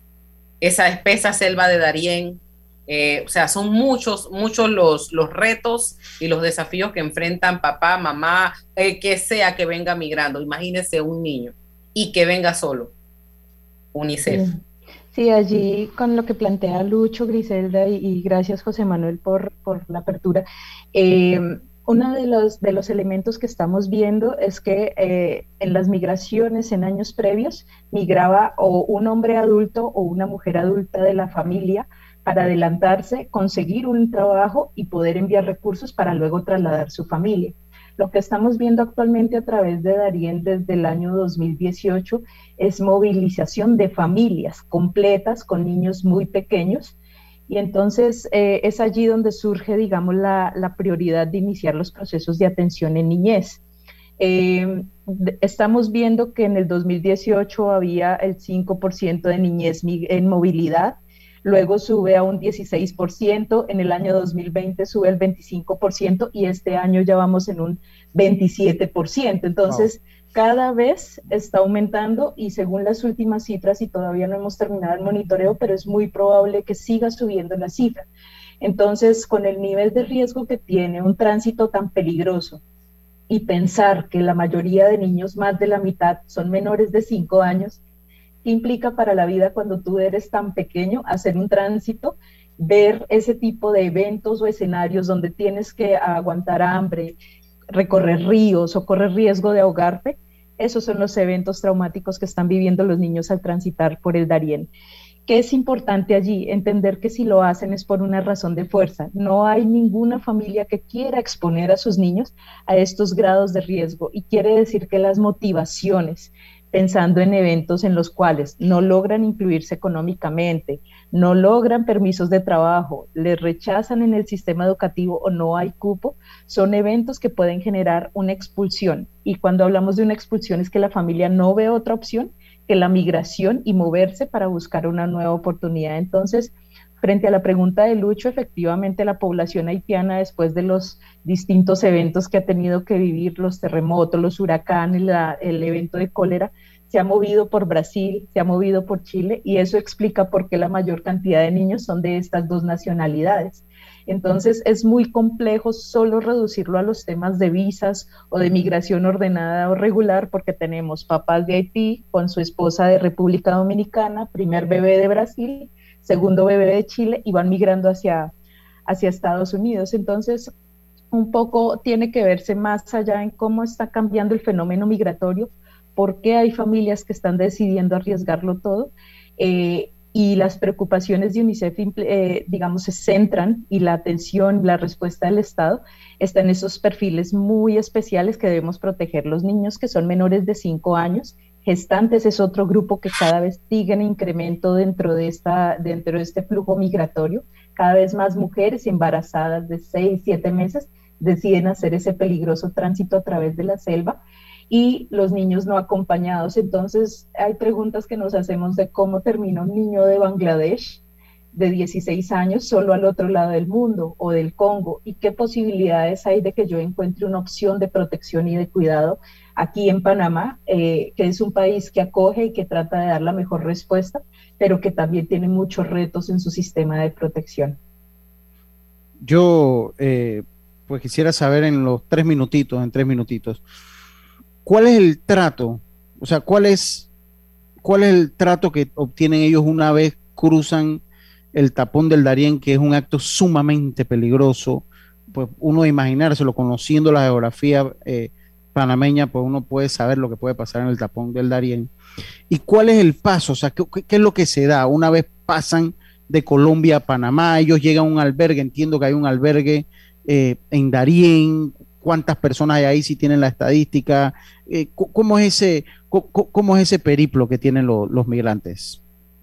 Esa espesa selva de Darién. Eh, o sea, son muchos, muchos los, los retos y los desafíos que enfrentan papá, mamá, el que sea que venga migrando. Imagínese un niño y que venga solo. UNICEF. Sí, sí, allí con lo que plantea Lucho, Griselda, y, y gracias José Manuel por, por la apertura. Eh, Uno de los, de los elementos que estamos viendo es que eh, en las migraciones en años previos migraba o un hombre adulto o una mujer adulta de la familia para adelantarse, conseguir un trabajo y poder enviar recursos para luego trasladar su familia. Lo que estamos viendo actualmente a través de Darién desde el año dos mil dieciocho es movilización de familias completas con niños muy pequeños. Y entonces eh, es allí donde surge, digamos, la, la prioridad de iniciar los procesos de atención en niñez. Eh, estamos viendo que en el dos mil dieciocho había el cinco por ciento de niñez en movilidad, luego sube a un dieciséis por ciento, en el año dos mil veinte sube el veinticinco por ciento y este año ya vamos en un veintisiete por ciento. Entonces, wow, cada vez está aumentando y según las últimas cifras, y todavía no hemos terminado el monitoreo, pero es muy probable que siga subiendo la cifra. Entonces, con el nivel de riesgo que tiene un tránsito tan peligroso y pensar que la mayoría de niños, más de la mitad, son menores de cinco años, ¿qué implica para la vida cuando tú eres tan pequeño hacer un tránsito, ver ese tipo de eventos o escenarios donde tienes que aguantar hambre, recorrer ríos o correr riesgo de ahogarte? Esos son los eventos traumáticos que están viviendo los niños al transitar por el Darién. ¿Qué es importante allí? Entender que si lo hacen es por una razón de fuerza. No hay ninguna familia que quiera exponer a sus niños a estos grados de riesgo, y quiere decir que las motivaciones, pensando en eventos en los cuales no logran incluirse económicamente, no logran permisos de trabajo, les rechazan en el sistema educativo o no hay cupo, son eventos que pueden generar una expulsión. Y cuando hablamos de una expulsión es que la familia no ve otra opción que la migración y moverse para buscar una nueva oportunidad. Entonces, frente a la pregunta de Lucho, efectivamente la población haitiana, después de los distintos eventos que ha tenido que vivir, los terremotos, los huracanes, la, el evento de cólera, se ha movido por Brasil, se ha movido por Chile, y eso explica por qué la mayor cantidad de niños son de estas dos nacionalidades. Entonces es muy complejo solo reducirlo a los temas de visas o de migración ordenada o regular, porque tenemos papás de Haití con su esposa de República Dominicana, primer bebé de Brasil, segundo bebé de Chile, y van migrando hacia, hacia Estados Unidos. Entonces, un poco tiene que verse más allá en cómo está cambiando el fenómeno migratorio, por qué hay familias que están decidiendo arriesgarlo todo, eh, y las preocupaciones de UNICEF, eh, digamos, se centran, y la atención, la respuesta del Estado está en esos perfiles muy especiales que debemos proteger: los niños que son menores de cinco años, gestantes es otro grupo que cada vez sigue en incremento dentro de, esta, dentro de este flujo migratorio. Cada vez más mujeres embarazadas de seis, siete meses deciden hacer ese peligroso tránsito a través de la selva, y los niños no acompañados. Entonces hay preguntas que nos hacemos de cómo termina un niño de Bangladesh de dieciséis años solo al otro lado del mundo, o del Congo, y qué posibilidades hay de que yo encuentre una opción de protección y de cuidado aquí en Panamá, eh, que es un país que acoge y que trata de dar la mejor respuesta, pero que también tiene muchos retos en su sistema de protección. Yo eh, pues quisiera saber en los tres minutitos, en tres minutitos, ¿cuál es el trato? O sea, ¿cuál es, cuál es el trato que obtienen ellos una vez cruzan el tapón del Darién, que es un acto sumamente peligroso? Pues uno imaginárselo, conociendo la geografía eh, panameña, pues uno puede saber lo que puede pasar en el tapón del Darién. ¿Y cuál es el paso? O sea, ¿qué, qué es lo que se da una vez pasan de Colombia a Panamá? Ellos llegan a un albergue, entiendo que hay un albergue eh, en Darién. ¿Cuántas personas hay ahí, si tienen la estadística? Eh, ¿cómo, es ese, cómo, ¿Cómo es ese periplo que tienen lo, los migrantes?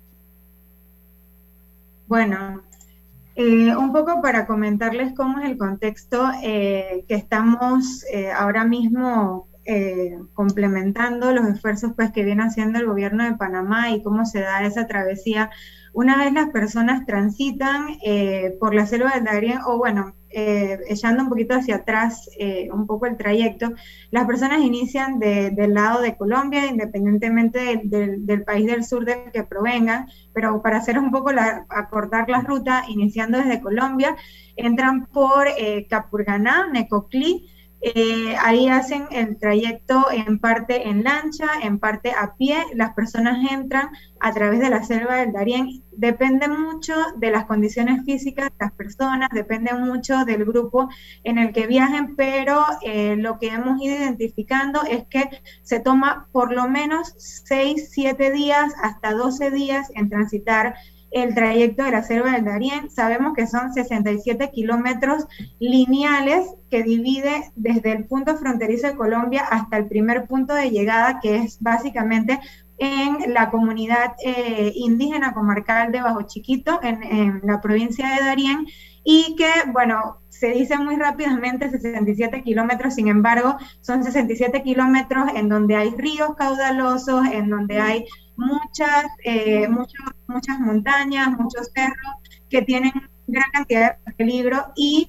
Bueno, eh, un poco para comentarles cómo es el contexto eh, que estamos eh, ahora mismo eh, complementando los esfuerzos pues, que viene haciendo el gobierno de Panamá, y cómo se da esa travesía. Una vez las personas transitan eh, por la selva del Darién, o bueno, eh, echando un poquito hacia atrás eh, un poco el trayecto, las personas inician de, del lado de Colombia, independientemente de, de, del país del sur del que provengan, pero para hacer un poco, la, acortar la ruta, iniciando desde Colombia, entran por eh, Capurganá, Necoclí, Eh, ahí hacen el trayecto en parte en lancha, en parte a pie. Las personas entran a través de la selva del Darién. Depende mucho de las condiciones físicas de las personas, depende mucho del grupo en el que viajen, pero eh, lo que hemos ido identificando es que se toma por lo menos seis, siete días hasta doce días en transitar el trayecto de la selva del Darién. Sabemos que son sesenta y siete kilómetros lineales que divide desde el punto fronterizo de Colombia hasta el primer punto de llegada, que es básicamente en la comunidad eh, indígena comarcal de Bajo Chiquito, en, en la provincia de Darién, y que, bueno, se dice muy rápidamente sesenta y siete kilómetros, sin embargo, son sesenta y siete kilómetros en donde hay ríos caudalosos, en donde hay muchas, eh, muchos, muchas montañas, muchos cerros que tienen gran cantidad de peligro y,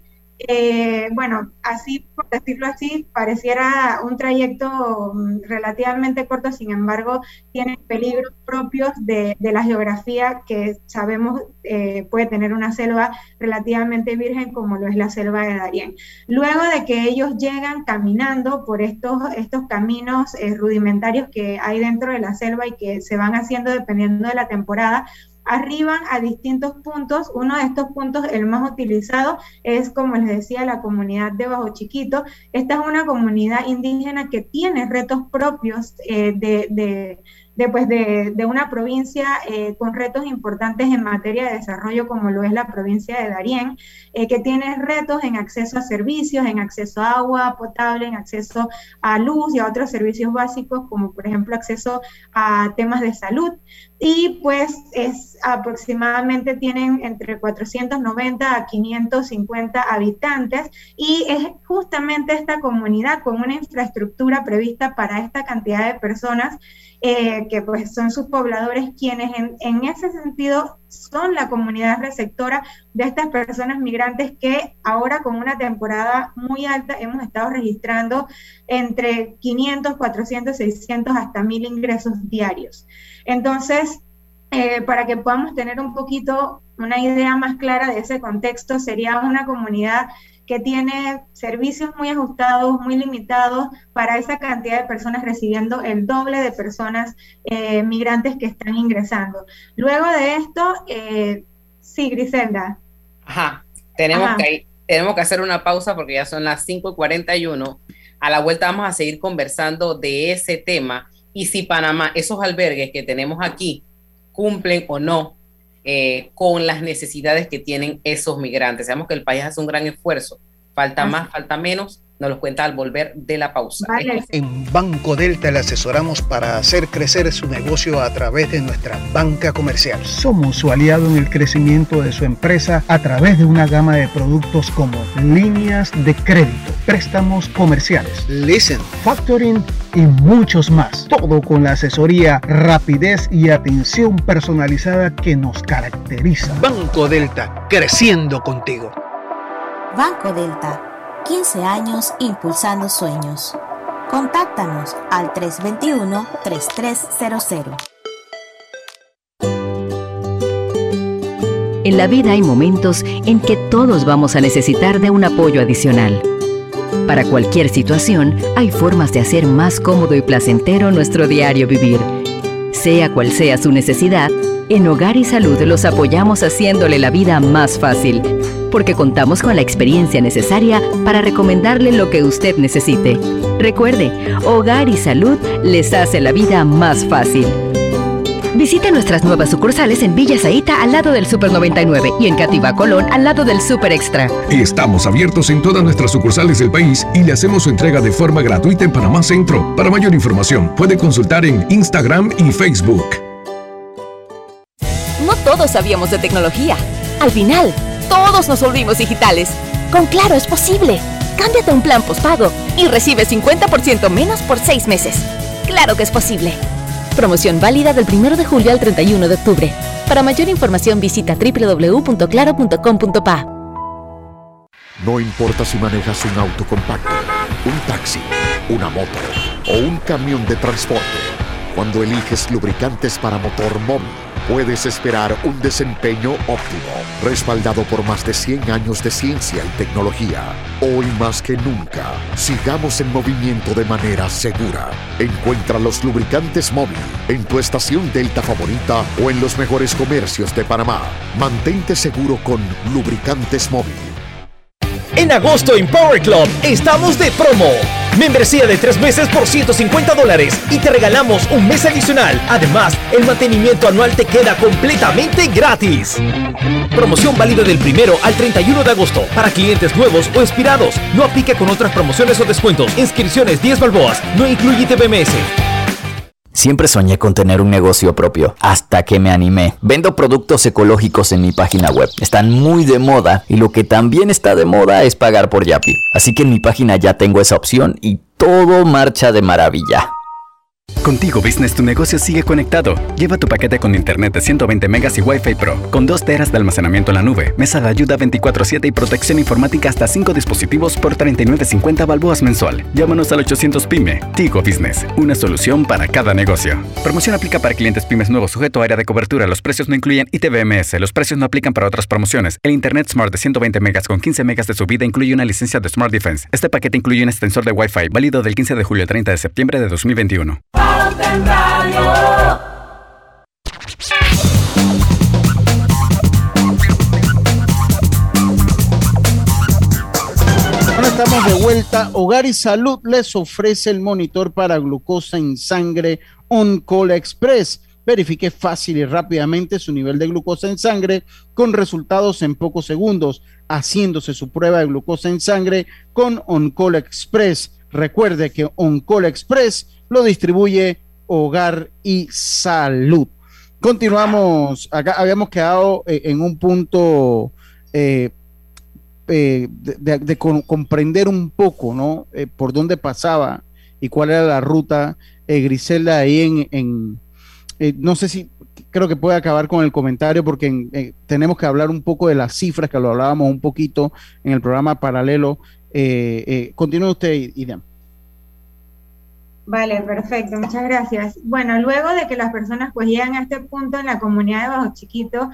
eh, bueno, así, por decirlo así, pareciera un trayecto relativamente corto, sin embargo, tienen peligros propios de, de la geografía que sabemos eh, puede tener una selva relativamente virgen como lo es la selva de Darién. Luego de que ellos llegan caminando por estos, estos caminos eh, rudimentarios que hay dentro de la selva y que se van haciendo dependiendo de la temporada, arriban a distintos puntos. Uno de estos puntos, el más utilizado, es, como les decía, la comunidad de Bajo Chiquito. Esta es una comunidad indígena que tiene retos propios eh, de, de, de, pues de, de una provincia eh, con retos importantes en materia de desarrollo, como lo es la provincia de Darién, eh, que tiene retos en acceso a servicios, en acceso a agua potable, en acceso a luz y a otros servicios básicos, como por ejemplo acceso a temas de salud. Y pues es aproximadamente tienen entre cuatrocientos noventa a quinientos cincuenta habitantes, y es justamente esta comunidad con una infraestructura prevista para esta cantidad de personas eh, que pues son sus pobladores, quienes en, en ese sentido son la comunidad receptora de estas personas migrantes que ahora, con una temporada muy alta, hemos estado registrando entre quinientos, cuatrocientos, seiscientos hasta mil ingresos diarios. Entonces, eh, para que podamos tener un poquito una idea más clara de ese contexto, sería una comunidad que tiene servicios muy ajustados, muy limitados para esa cantidad de personas, recibiendo el doble de personas eh, migrantes que están ingresando. Luego de esto, eh, sí, Griselda. Ajá, tenemos, Ajá. Que, tenemos que hacer una pausa porque ya son las cinco y cuarenta y uno. A la vuelta vamos a seguir conversando de ese tema y si Panamá, esos albergues que tenemos aquí, cumplen o no eh, con las necesidades que tienen esos migrantes. Sabemos que el país hace un gran esfuerzo. Falta Ajá. más, falta menos. Nos lo cuenta al volver de la pausa. Vale. En Banco Delta le asesoramos para hacer crecer su negocio a través de nuestra banca comercial. Somos su aliado en el crecimiento de su empresa a través de una gama de productos como líneas de crédito, préstamos comerciales, leasing, factoring y muchos más. Todo con la asesoría, rapidez y atención personalizada que nos caracteriza. Banco Delta, creciendo contigo. Banco Delta. quince años impulsando sueños. Contáctanos al tres dos uno, tres tres cero cero. En la vida hay momentos en que todos vamos a necesitar de un apoyo adicional. Para cualquier situación, hay formas de hacer más cómodo y placentero nuestro diario vivir. Sea cual sea su necesidad, en Hogar y Salud los apoyamos haciéndole la vida más fácil, porque contamos con la experiencia necesaria para recomendarle lo que usted necesite. Recuerde, Hogar y Salud les hace la vida más fácil. Visite nuestras nuevas sucursales en Villa Zaita al lado del Super noventa y nueve y en Cativa Colón al lado del Super Extra. Estamos abiertos en todas nuestras sucursales del país y le hacemos su entrega de forma gratuita en Panamá Centro. Para mayor información, puede consultar en Instagram y Facebook. No todos sabíamos de tecnología. Al final, todos nos volvimos digitales. Con Claro es posible. Cámbiate a un plan postpago y recibe cincuenta por ciento menos por seis meses. Claro que es posible. Promoción válida del primero de julio al treinta y uno de octubre. Para mayor información visita doble u doble u doble u punto claro punto com punto pa. No importa si manejas un auto compacto, un taxi, una moto o un camión de transporte. Cuando eliges lubricantes para motor móvil, puedes esperar un desempeño óptimo, respaldado por más de cien años de ciencia y tecnología. Hoy más que nunca, sigamos en movimiento de manera segura. Encuentra los lubricantes Móvil en tu estación Delta favorita o en los mejores comercios de Panamá. Mantente seguro con Lubricantes Móvil. En agosto en Power Club estamos de promo. Membresía de tres meses por ciento cincuenta dólares y te regalamos un mes adicional. Además, el mantenimiento anual te queda completamente gratis. Promoción válida del primero al treinta y uno de agosto para clientes nuevos o expirados. No aplica con otras promociones o descuentos. Inscripciones diez balboas. No incluye T V M S. Siempre soñé con tener un negocio propio, hasta que me animé. Vendo productos ecológicos en mi página web. Están muy de moda y lo que también está de moda es pagar por Yapi. Así que en mi página ya tengo esa opción y todo marcha de maravilla. Contigo Business tu negocio sigue conectado. Lleva tu paquete con internet de ciento veinte megas y Wi-Fi Pro, con dos teras de almacenamiento en la nube, mesa de ayuda veinticuatro siete y protección informática hasta cinco dispositivos por treinta y nueve cincuenta balboas mensual. Llámanos al ochocientos PYME. Tigo Business, una solución para cada negocio. Promoción aplica para clientes pymes nuevos sujeto a área de cobertura. Los precios no incluyen I T V M S. Los precios no aplican para otras promociones. El Internet Smart de ciento veinte megas con quince megas de subida incluye una licencia de Smart Defense. Este paquete incluye un extensor de Wi-Fi válido del quince de julio al treinta de septiembre de dos mil veintiuno. Pauta en Radio. Bueno, estamos de vuelta. Hogar y Salud les ofrece el monitor para glucosa en sangre OnCall Express. Verifique fácil y rápidamente su nivel de glucosa en sangre con resultados en pocos segundos, haciéndose su prueba de glucosa en sangre con OnCall Express. Recuerde que OnCall Express lo distribuye Hogar y Salud. Continuamos. Acá habíamos quedado eh, en un punto eh, eh, de, de, de con, comprender un poco, ¿no? Eh, por dónde pasaba y cuál era la ruta. Eh, Griselda, ahí en, en eh, no sé si creo que puede acabar con el comentario porque en, eh, tenemos que hablar un poco de las cifras, que lo hablábamos un poquito en el programa paralelo. Eh, eh, continúe usted, Iriam. Vale, perfecto, muchas gracias. Bueno, luego de que las personas pues llegan a este punto en la comunidad de Bajo Chiquito,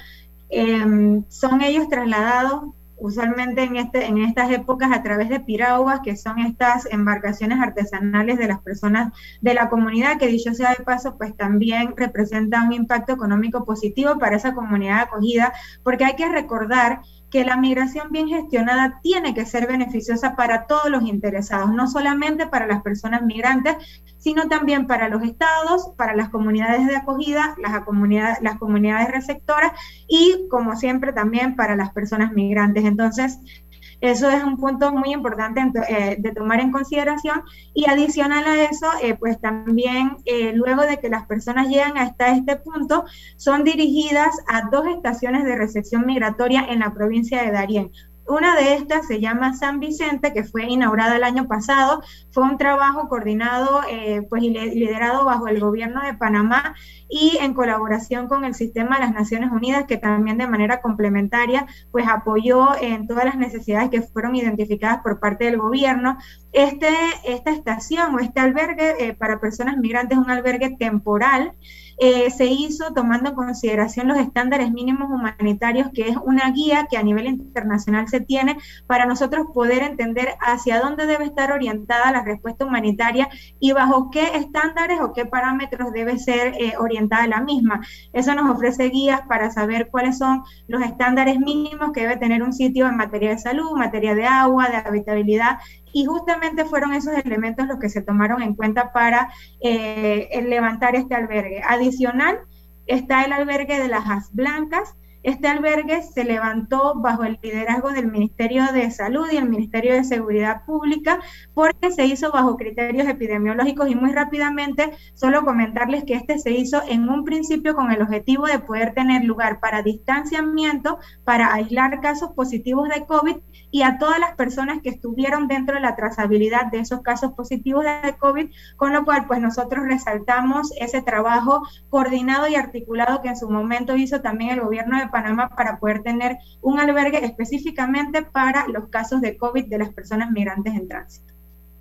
eh, son ellos trasladados usualmente en, este, en estas épocas a través de piraguas, que son estas embarcaciones artesanales de las personas de la comunidad, que dicho sea de paso, pues también representa un impacto económico positivo para esa comunidad de acogida, porque hay que recordar que la migración bien gestionada tiene que ser beneficiosa para todos los interesados, no solamente para las personas migrantes, sino también para los estados, para las comunidades de acogida, las comunidades, las comunidades receptoras y, como siempre, también para las personas migrantes. Entonces, eso es un punto muy importante eh, de tomar en consideración, y adicional a eso, eh, pues también eh, luego de que las personas llegan hasta este punto, son dirigidas a dos estaciones de recepción migratoria en la provincia de Darién. Una de estas se llama San Vicente, que fue inaugurada el año pasado. Fue un trabajo coordinado eh, pues, y liderado bajo el gobierno de Panamá y en colaboración con el Sistema de las Naciones Unidas, que también de manera complementaria pues, apoyó en todas las necesidades que fueron identificadas por parte del gobierno. Este, esta estación o este albergue eh, para personas migrantes es un albergue temporal. Eh, se hizo tomando en consideración los estándares mínimos humanitarios, que es una guía que a nivel internacional se tiene para nosotros poder entender hacia dónde debe estar orientada la respuesta humanitaria y bajo qué estándares o qué parámetros debe ser eh, orientada la misma. Eso nos ofrece guías para saber cuáles son los estándares mínimos que debe tener un sitio en materia de salud, materia de agua, de habitabilidad, y justamente fueron esos elementos los que se tomaron en cuenta para eh, levantar este albergue. Adicional, está el albergue de las As Blancas. Este albergue se levantó bajo el liderazgo del Ministerio de Salud y el Ministerio de Seguridad Pública, porque se hizo bajo criterios epidemiológicos, y muy rápidamente solo comentarles que este se hizo en un principio con el objetivo de poder tener lugar para distanciamiento, para aislar casos positivos de COVID y a todas las personas que estuvieron dentro de la trazabilidad de esos casos positivos de COVID, con lo cual pues nosotros resaltamos ese trabajo coordinado y articulado que en su momento hizo también el gobierno de Panamá para poder tener un albergue específicamente para los casos de COVID de las personas migrantes en tránsito.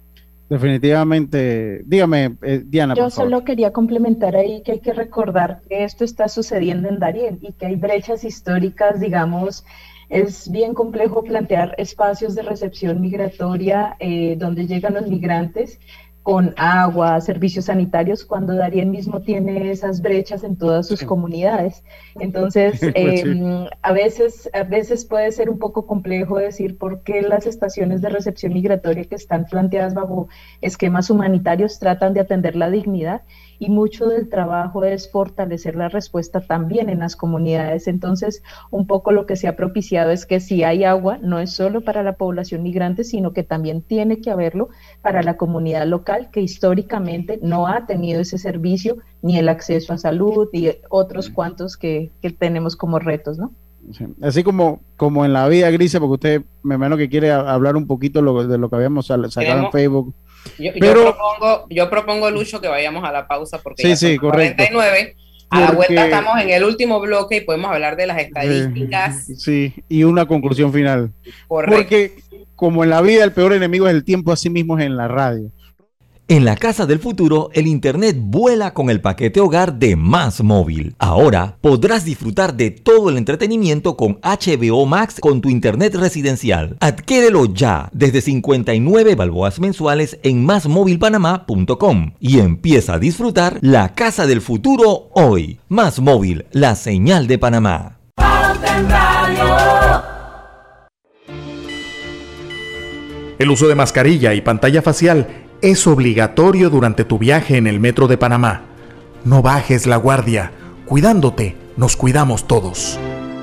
Definitivamente. Dígame, eh, Diana, Yo por favor. solo quería complementar ahí que hay que recordar que esto está sucediendo en Darién y que hay brechas históricas, digamos. Es bien complejo plantear espacios de recepción migratoria eh, donde llegan los migrantes con agua, servicios sanitarios, cuando Darién mismo tiene esas brechas en todas sus sí. comunidades. Entonces, eh, sí. a veces, a veces puede ser un poco complejo decir por qué las estaciones de recepción migratoria que están planteadas bajo esquemas humanitarios tratan de atender la dignidad, y mucho del trabajo es fortalecer la respuesta también en las comunidades. Entonces, un poco lo que se ha propiciado es que si hay agua, no es solo para la población migrante, sino que también tiene que haberlo para la comunidad local, que históricamente no ha tenido ese servicio, ni el acceso a salud, y otros cuantos que, que tenemos como retos, ¿no? Sí. Así como, como en la vida, Grisa, porque usted me imagino que quiere hablar un poquito lo, de lo que habíamos sacado en Facebook. Yo, Pero, yo, propongo, yo propongo, Lucho, que vayamos a la pausa porque sí, ya son sí, cuarenta y nueve. A la vuelta estamos en el último bloque y podemos hablar de las estadísticas. Eh, sí, y una conclusión final. Correcto. Porque como en la vida el peor enemigo es el tiempo, así mismo es en la radio. En la casa del futuro, el internet vuela con el paquete hogar de Más Móvil. Ahora podrás disfrutar de todo el entretenimiento con H B O Max con tu internet residencial. Adquiérelo ya desde cincuenta y nueve balboas mensuales en más móvil panamá punto com y empieza a disfrutar la casa del futuro hoy. Más Móvil, la señal de Panamá. El uso de mascarilla y pantalla facial es obligatorio durante tu viaje en el metro de Panamá. No bajes la guardia. Cuidándote, nos cuidamos todos.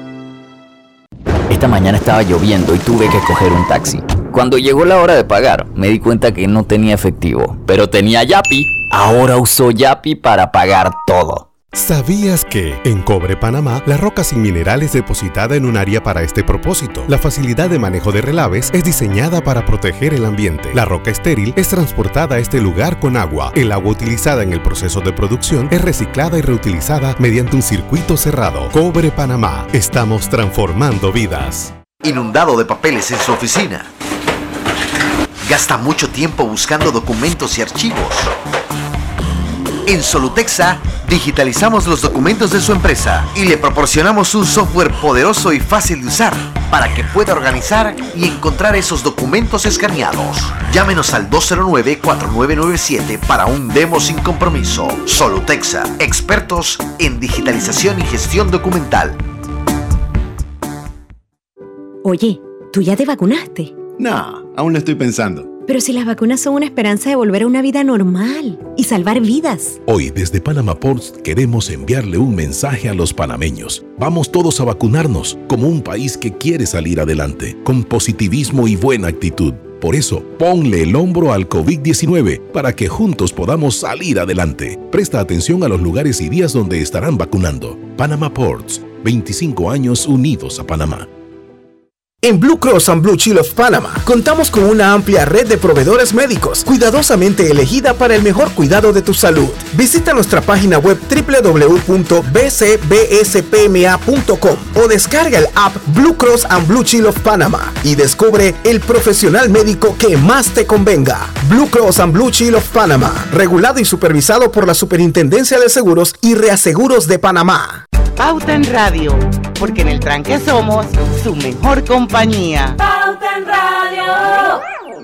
Esta mañana estaba lloviendo y tuve que coger un taxi. Cuando llegó la hora de pagar, me di cuenta que no tenía efectivo, pero tenía Yapi. Ahora uso Yapi para pagar todo. ¿Sabías que en Cobre Panamá la roca sin mineral es depositada en un área para este propósito? La facilidad de manejo de relaves es diseñada para proteger el ambiente. La roca estéril es transportada a este lugar con agua. El agua utilizada en el proceso de producción es reciclada y reutilizada mediante un circuito cerrado. Cobre Panamá. Estamos transformando vidas. Inundado de papeles en su oficina. Gasta mucho tiempo buscando documentos y archivos. En Solutexa, digitalizamos los documentos de su empresa y le proporcionamos un software poderoso y fácil de usar para que pueda organizar y encontrar esos documentos escaneados. Llámenos al dos cero nueve, cuatro nueve nueve siete para un demo sin compromiso. Solutexa, expertos en digitalización y gestión documental. Oye, ¿tú ya te vacunaste? No, aún lo estoy pensando. Pero si las vacunas son una esperanza de volver a una vida normal y salvar vidas. Hoy desde Panama Ports queremos enviarle un mensaje a los panameños. Vamos todos a vacunarnos como un país que quiere salir adelante, con positivismo y buena actitud. Por eso, ponle el hombro al COVID diecinueve para que juntos podamos salir adelante. Presta atención a los lugares y días donde estarán vacunando. Panama Ports, veinticinco años unidos a Panamá. En Blue Cross and Blue Shield of Panama contamos con una amplia red de proveedores médicos cuidadosamente elegida para el mejor cuidado de tu salud. Visita nuestra página web doble u doble u doble u punto b c b s p m a punto com o descarga el app Blue Cross and Blue Shield of Panama y descubre el profesional médico que más te convenga. Blue Cross and Blue Shield of Panama, regulado y supervisado por la Superintendencia de Seguros y Reaseguros de Panamá. Pauta en Radio, porque en el tranque somos su mejor compañía. Pauta en Radio.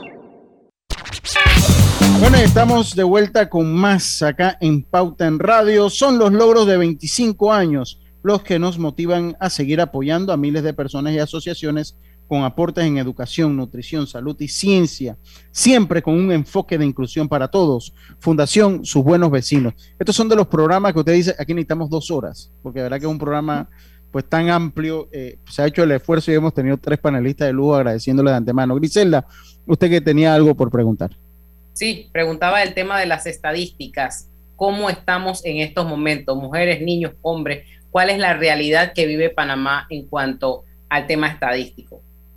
Bueno, estamos de vuelta con más acá en Pauta en Radio. Son los logros de veinticinco años los que nos motivan a seguir apoyando a miles de personas y asociaciones con aportes en educación, nutrición, salud y ciencia, siempre con un enfoque de inclusión para todos. Fundación Sus Buenos Vecinos. Estos son de los programas que usted dice, aquí necesitamos dos horas, porque de verdad que es un programa pues tan amplio, eh, se ha hecho el esfuerzo y hemos tenido tres panelistas de lujo agradeciéndole de antemano. Griselda, usted que tenía algo por preguntar. Sí, preguntaba el tema de las estadísticas. ¿Cómo estamos en estos momentos? Mujeres, niños, hombres. ¿Cuál es la realidad que vive Panamá en cuanto al tema estadístico?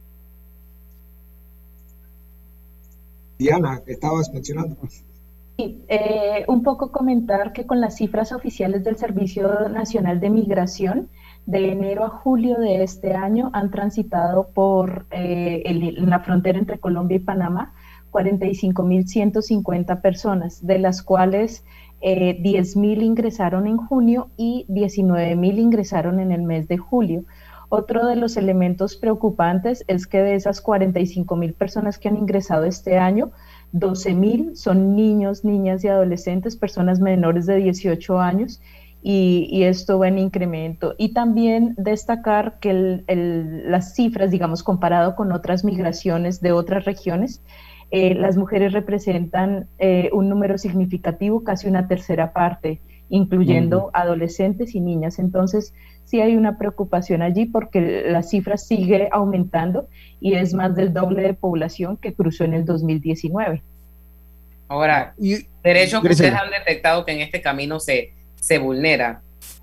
Diana, estabas mencionando. Sí, eh, un poco comentar que con las cifras oficiales del Servicio Nacional de Migración, de enero a julio de este año han transitado por eh, el, la frontera entre Colombia y Panamá cuarenta y cinco mil ciento cincuenta personas, de las cuales eh, diez mil ingresaron en junio y diecinueve mil ingresaron en el mes de julio. Otro de los elementos preocupantes es que de esas cuarenta y cinco mil personas que han ingresado este año, doce mil son niños, niñas y adolescentes, personas menores de dieciocho años, y, y esto va en incremento. Y también destacar que el, el, las cifras, digamos, comparado con otras migraciones de otras regiones, eh, las mujeres representan eh, un número significativo, casi una tercera parte, incluyendo uh-huh. adolescentes y niñas. Entonces, sí hay una preocupación allí porque la cifra sigue aumentando y es más del doble de población que cruzó en el dos mil diecinueve. Ahora, y, derechos que ustedes han detectado que en este camino se, se vulnera.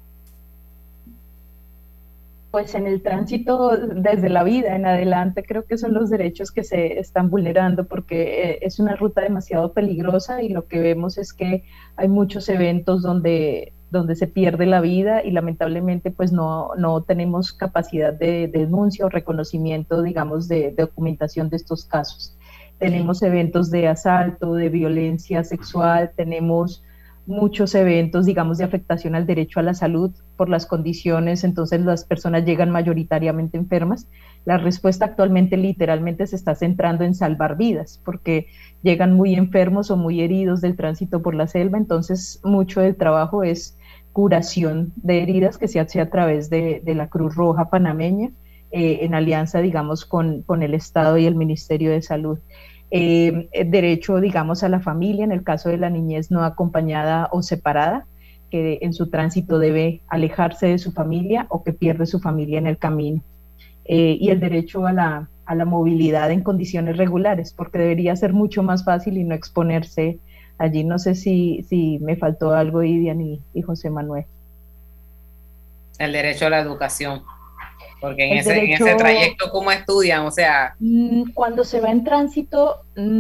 Pues en el tránsito desde la vida en adelante creo que son los derechos que se están vulnerando porque es una ruta demasiado peligrosa y lo que vemos es que hay muchos eventos donde, donde se pierde la vida y lamentablemente pues no, no tenemos capacidad de, de denuncia o reconocimiento, digamos, de, de documentación de estos casos. Tenemos eventos de asalto, de violencia sexual, tenemos muchos eventos, digamos, de afectación al derecho a la salud por las condiciones, entonces las personas llegan mayoritariamente enfermas. La respuesta actualmente literalmente se está centrando en salvar vidas, porque llegan muy enfermos o muy heridos del tránsito por la selva, entonces mucho del trabajo es curación de heridas que se hace a través de, de la Cruz Roja panameña, eh, en alianza, digamos, con, con el Estado y el Ministerio de Salud. Eh, derecho, digamos, a la familia, en el caso de la niñez no acompañada o separada, que en su tránsito debe alejarse de su familia o que pierde su familia en el camino. Eh, y el derecho a la, a la movilidad en condiciones regulares, porque debería ser mucho más fácil y no exponerse allí. No sé si, si me faltó algo, Idian y, y José Manuel. El derecho a la educación. Porque en ese, derecho, en ese trayecto, ¿cómo estudian? O sea... Cuando se va en tránsito,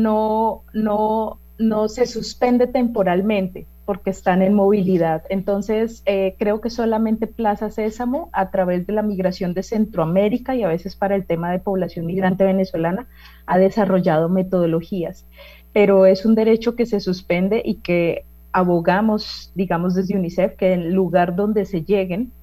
no, no, no se suspende temporalmente, porque están en movilidad. Entonces, eh, creo que solamente Plaza Sésamo, a través de la migración de Centroamérica y a veces para el tema de población migrante venezolana, ha desarrollado metodologías. Pero es un derecho que se suspende y que abogamos, digamos, desde UNICEF, que el lugar donde se lleguen,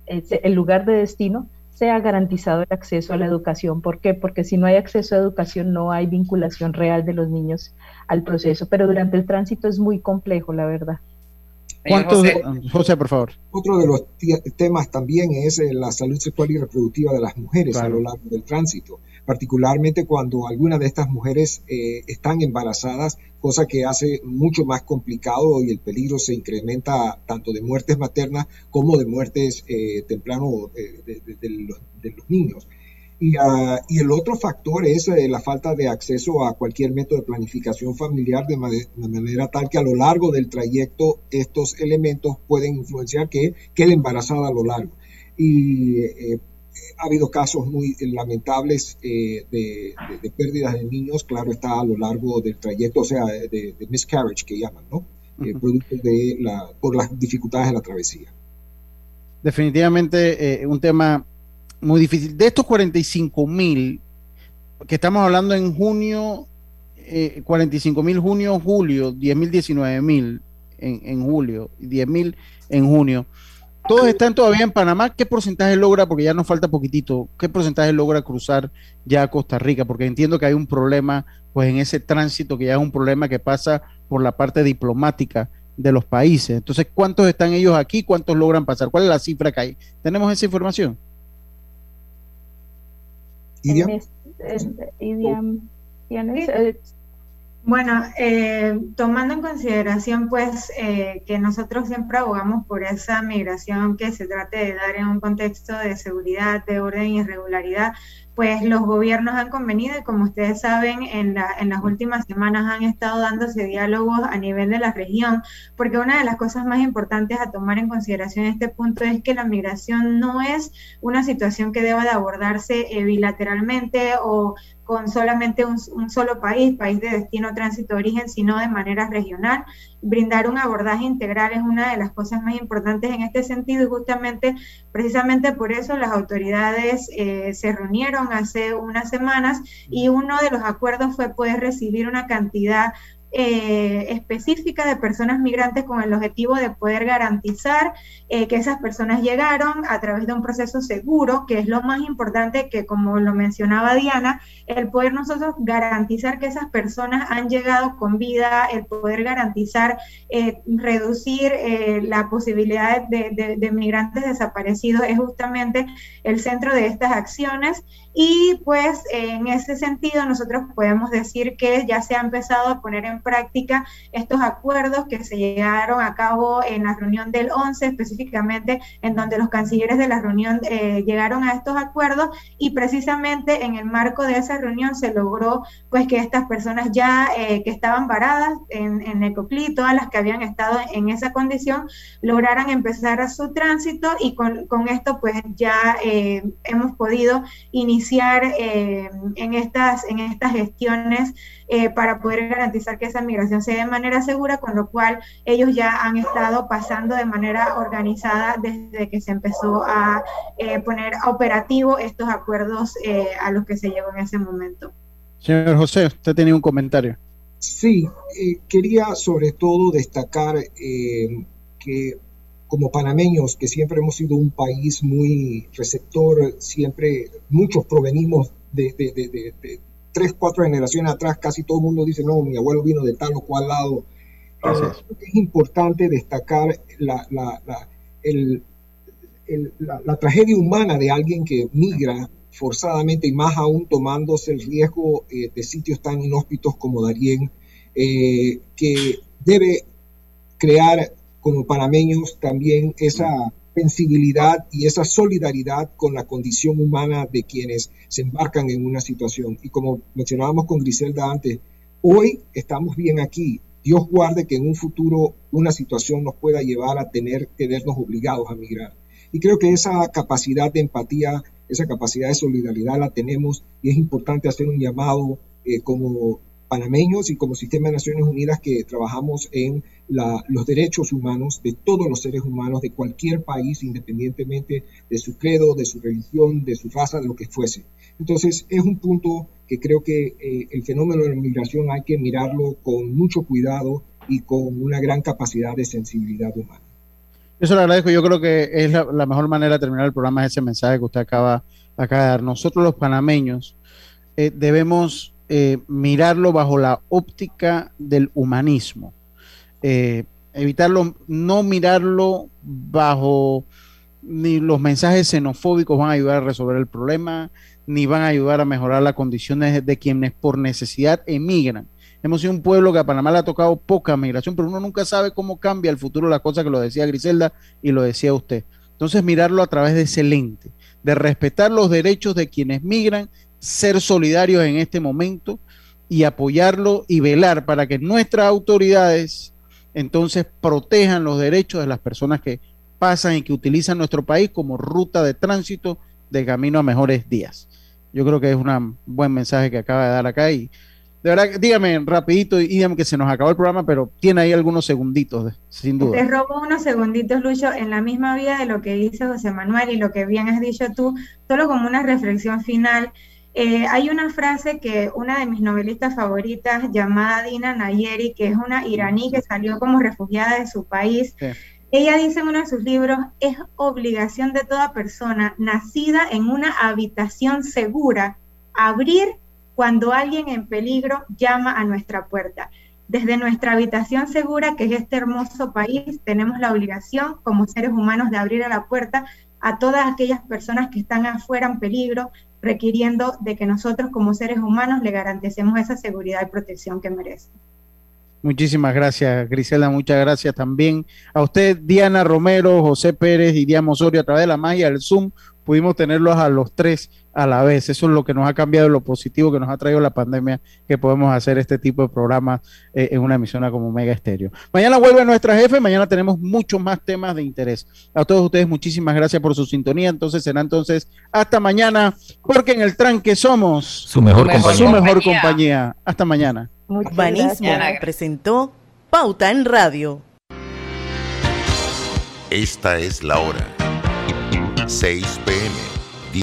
el lugar de destino, sea garantizado el acceso a la educación. ¿Por qué? Porque si no hay acceso a educación no hay vinculación real de los niños al proceso, pero durante el tránsito es muy complejo, la verdad. ¿Cuántos, José? José, por favor. Otro de los temas también es la salud sexual y reproductiva de las mujeres, claro, a lo largo del tránsito, particularmente cuando algunas de estas mujeres eh, están embarazadas, cosa que hace mucho más complicado y el peligro se incrementa tanto de muertes maternas como de muertes eh, temprano de, de, de, de, los, de los niños. Y, uh, y el otro factor es eh, la falta de acceso a cualquier método de planificación familiar de, ma de manera tal que a lo largo del trayecto estos elementos pueden influenciar que quede embarazada a lo largo. Y eh, ha habido casos muy lamentables eh, de, de, de pérdidas de niños, claro está, a lo largo del trayecto, o sea, de, de miscarriage que llaman, ¿no? Eh, producto de la, por las dificultades de la travesía. Definitivamente eh, un tema muy difícil. De estos cuarenta y cinco mil, que estamos hablando en junio, eh, cuarenta y cinco mil junio, julio, diez mil, diecinueve mil en, en julio, diez mil en junio, todos están todavía en Panamá. ¿Qué porcentaje logra, porque ya nos falta poquitito, qué porcentaje logra cruzar ya a Costa Rica? Porque entiendo que hay un problema pues en ese tránsito, que ya es un problema que pasa por la parte diplomática de los países. Entonces, ¿cuántos están ellos aquí? ¿Cuántos logran pasar? ¿Cuál es la cifra que hay? ¿Tenemos esa información? ¿Idiam? ¿Idiam tienes? Bueno, eh, tomando en consideración pues eh, que nosotros siempre abogamos por esa migración que se trate de dar en un contexto de seguridad, de orden y regularidad, pues los gobiernos han convenido y como ustedes saben en, la, en las últimas semanas han estado dándose diálogos a nivel de la región, porque una de las cosas más importantes a tomar en consideración en este punto es que la migración no es una situación que deba de abordarse eh, bilateralmente o con solamente un, un solo país, país de destino, tránsito, origen, sino de manera regional. Brindar un abordaje integral es una de las cosas más importantes en este sentido y justamente, precisamente por eso las autoridades eh, se reunieron llegaron hace unas semanas y uno de los acuerdos fue poder recibir una cantidad Eh, específica de personas migrantes con el objetivo de poder garantizar eh, que esas personas llegaron a través de un proceso seguro, que es lo más importante, que como lo mencionaba Diana, el poder nosotros garantizar que esas personas han llegado con vida, el poder garantizar, eh, reducir eh, la posibilidad de, de, de migrantes desaparecidos es justamente el centro de estas acciones. Y pues eh, en ese sentido nosotros podemos decir que ya se ha empezado a poner en práctica estos acuerdos que se llegaron a cabo en la reunión del once, específicamente en donde los cancilleres de la reunión eh, llegaron a estos acuerdos, y precisamente en el marco de esa reunión se logró pues que estas personas ya eh, que estaban varadas en, en Necoclí, todas las que habían estado en esa condición, lograran empezar a su tránsito, y con, con esto pues ya eh, hemos podido iniciar iniciar eh, en, estas, en estas gestiones eh, para poder garantizar que esa migración sea de manera segura, con lo cual ellos ya han estado pasando de manera organizada desde que se empezó a eh, poner operativo estos acuerdos eh, a los que se llegó en ese momento. Señor José, usted tenía un comentario. Sí, eh, quería sobre todo destacar eh, que como panameños, que siempre hemos sido un país muy receptor, siempre muchos provenimos de, de, de, de, de tres, cuatro generaciones atrás, casi todo el mundo dice, no, mi abuelo vino de tal o cual lado. Eh, es importante destacar la, la, la, el, el, la, la tragedia humana de alguien que migra forzadamente, y más aún tomándose el riesgo eh, de sitios tan inhóspitos como Darién, eh, que debe crear como panameños también esa sensibilidad y esa solidaridad con la condición humana de quienes se embarcan en una situación. Y como mencionábamos con Griselda antes, hoy estamos bien aquí. Dios guarde que en un futuro una situación nos pueda llevar a tener que vernos obligados a migrar. Y creo que esa capacidad de empatía, esa capacidad de solidaridad la tenemos, y es importante hacer un llamado eh, como panameños y como Sistema de Naciones Unidas, que trabajamos en la, los derechos humanos de todos los seres humanos de cualquier país, independientemente de su credo, de su religión, de su raza, de lo que fuese. Entonces es un punto que creo que eh, el fenómeno de la migración hay que mirarlo con mucho cuidado y con una gran capacidad de sensibilidad humana. Yo se lo agradezco. Yo creo que es la, la mejor manera de terminar el programa, es ese mensaje que usted acaba, acaba de dar. Nosotros los panameños eh, debemos Eh, mirarlo bajo la óptica del humanismo, eh, evitarlo, no mirarlo bajo, ni los mensajes xenofóbicos van a ayudar a resolver el problema, ni van a ayudar a mejorar las condiciones de quienes por necesidad emigran. Hemos sido un pueblo que a Panamá le ha tocado poca migración, pero uno nunca sabe cómo cambia el futuro de las cosas, que lo decía Griselda y lo decía usted. Entonces mirarlo a través de ese lente, de respetar los derechos de quienes migran, ser solidarios en este momento y apoyarlo y velar para que nuestras autoridades entonces protejan los derechos de las personas que pasan y que utilizan nuestro país como ruta de tránsito de camino a mejores días. Yo creo que es un buen mensaje que acaba de dar acá, y de verdad, dígame rapidito, y dígame que se nos acabó el programa, pero tiene ahí algunos segunditos, sin duda. Te robo unos segunditos, Lucho, en la misma vía de lo que dice José Manuel y lo que bien has dicho tú, solo como una reflexión final. Eh, hay una frase que una de mis novelistas favoritas, llamada Dina Nayeri, que es una iraní que salió como refugiada de su país, sí. Ella dice en uno de sus libros: es obligación de toda persona nacida en una habitación segura abrir cuando alguien en peligro llama a nuestra puerta. Desde nuestra habitación segura, que es este hermoso país, tenemos la obligación como seres humanos de abrir a la puerta a todas aquellas personas que están afuera en peligro, requiriendo de que nosotros como seres humanos le garanticemos esa seguridad y protección que merecen. Muchísimas gracias, Griselda, muchas gracias también a usted, Diana Romero, José Pérez y Diana Osorio. A través de la magia del Zoom pudimos tenerlos a los tres a la vez. Eso es lo que nos ha cambiado, lo positivo que nos ha traído la pandemia, que podemos hacer este tipo de programas eh, en una emisora como Mega Estéreo. Mañana vuelve nuestra jefe, mañana tenemos muchos más temas de interés. A todos ustedes muchísimas gracias por su sintonía. Entonces será entonces hasta mañana, porque en el tranque somos su mejor, su compañía. Su mejor compañía. Hasta mañana. Urbanismo presentó Pauta en Radio. Esta es la hora. seis p m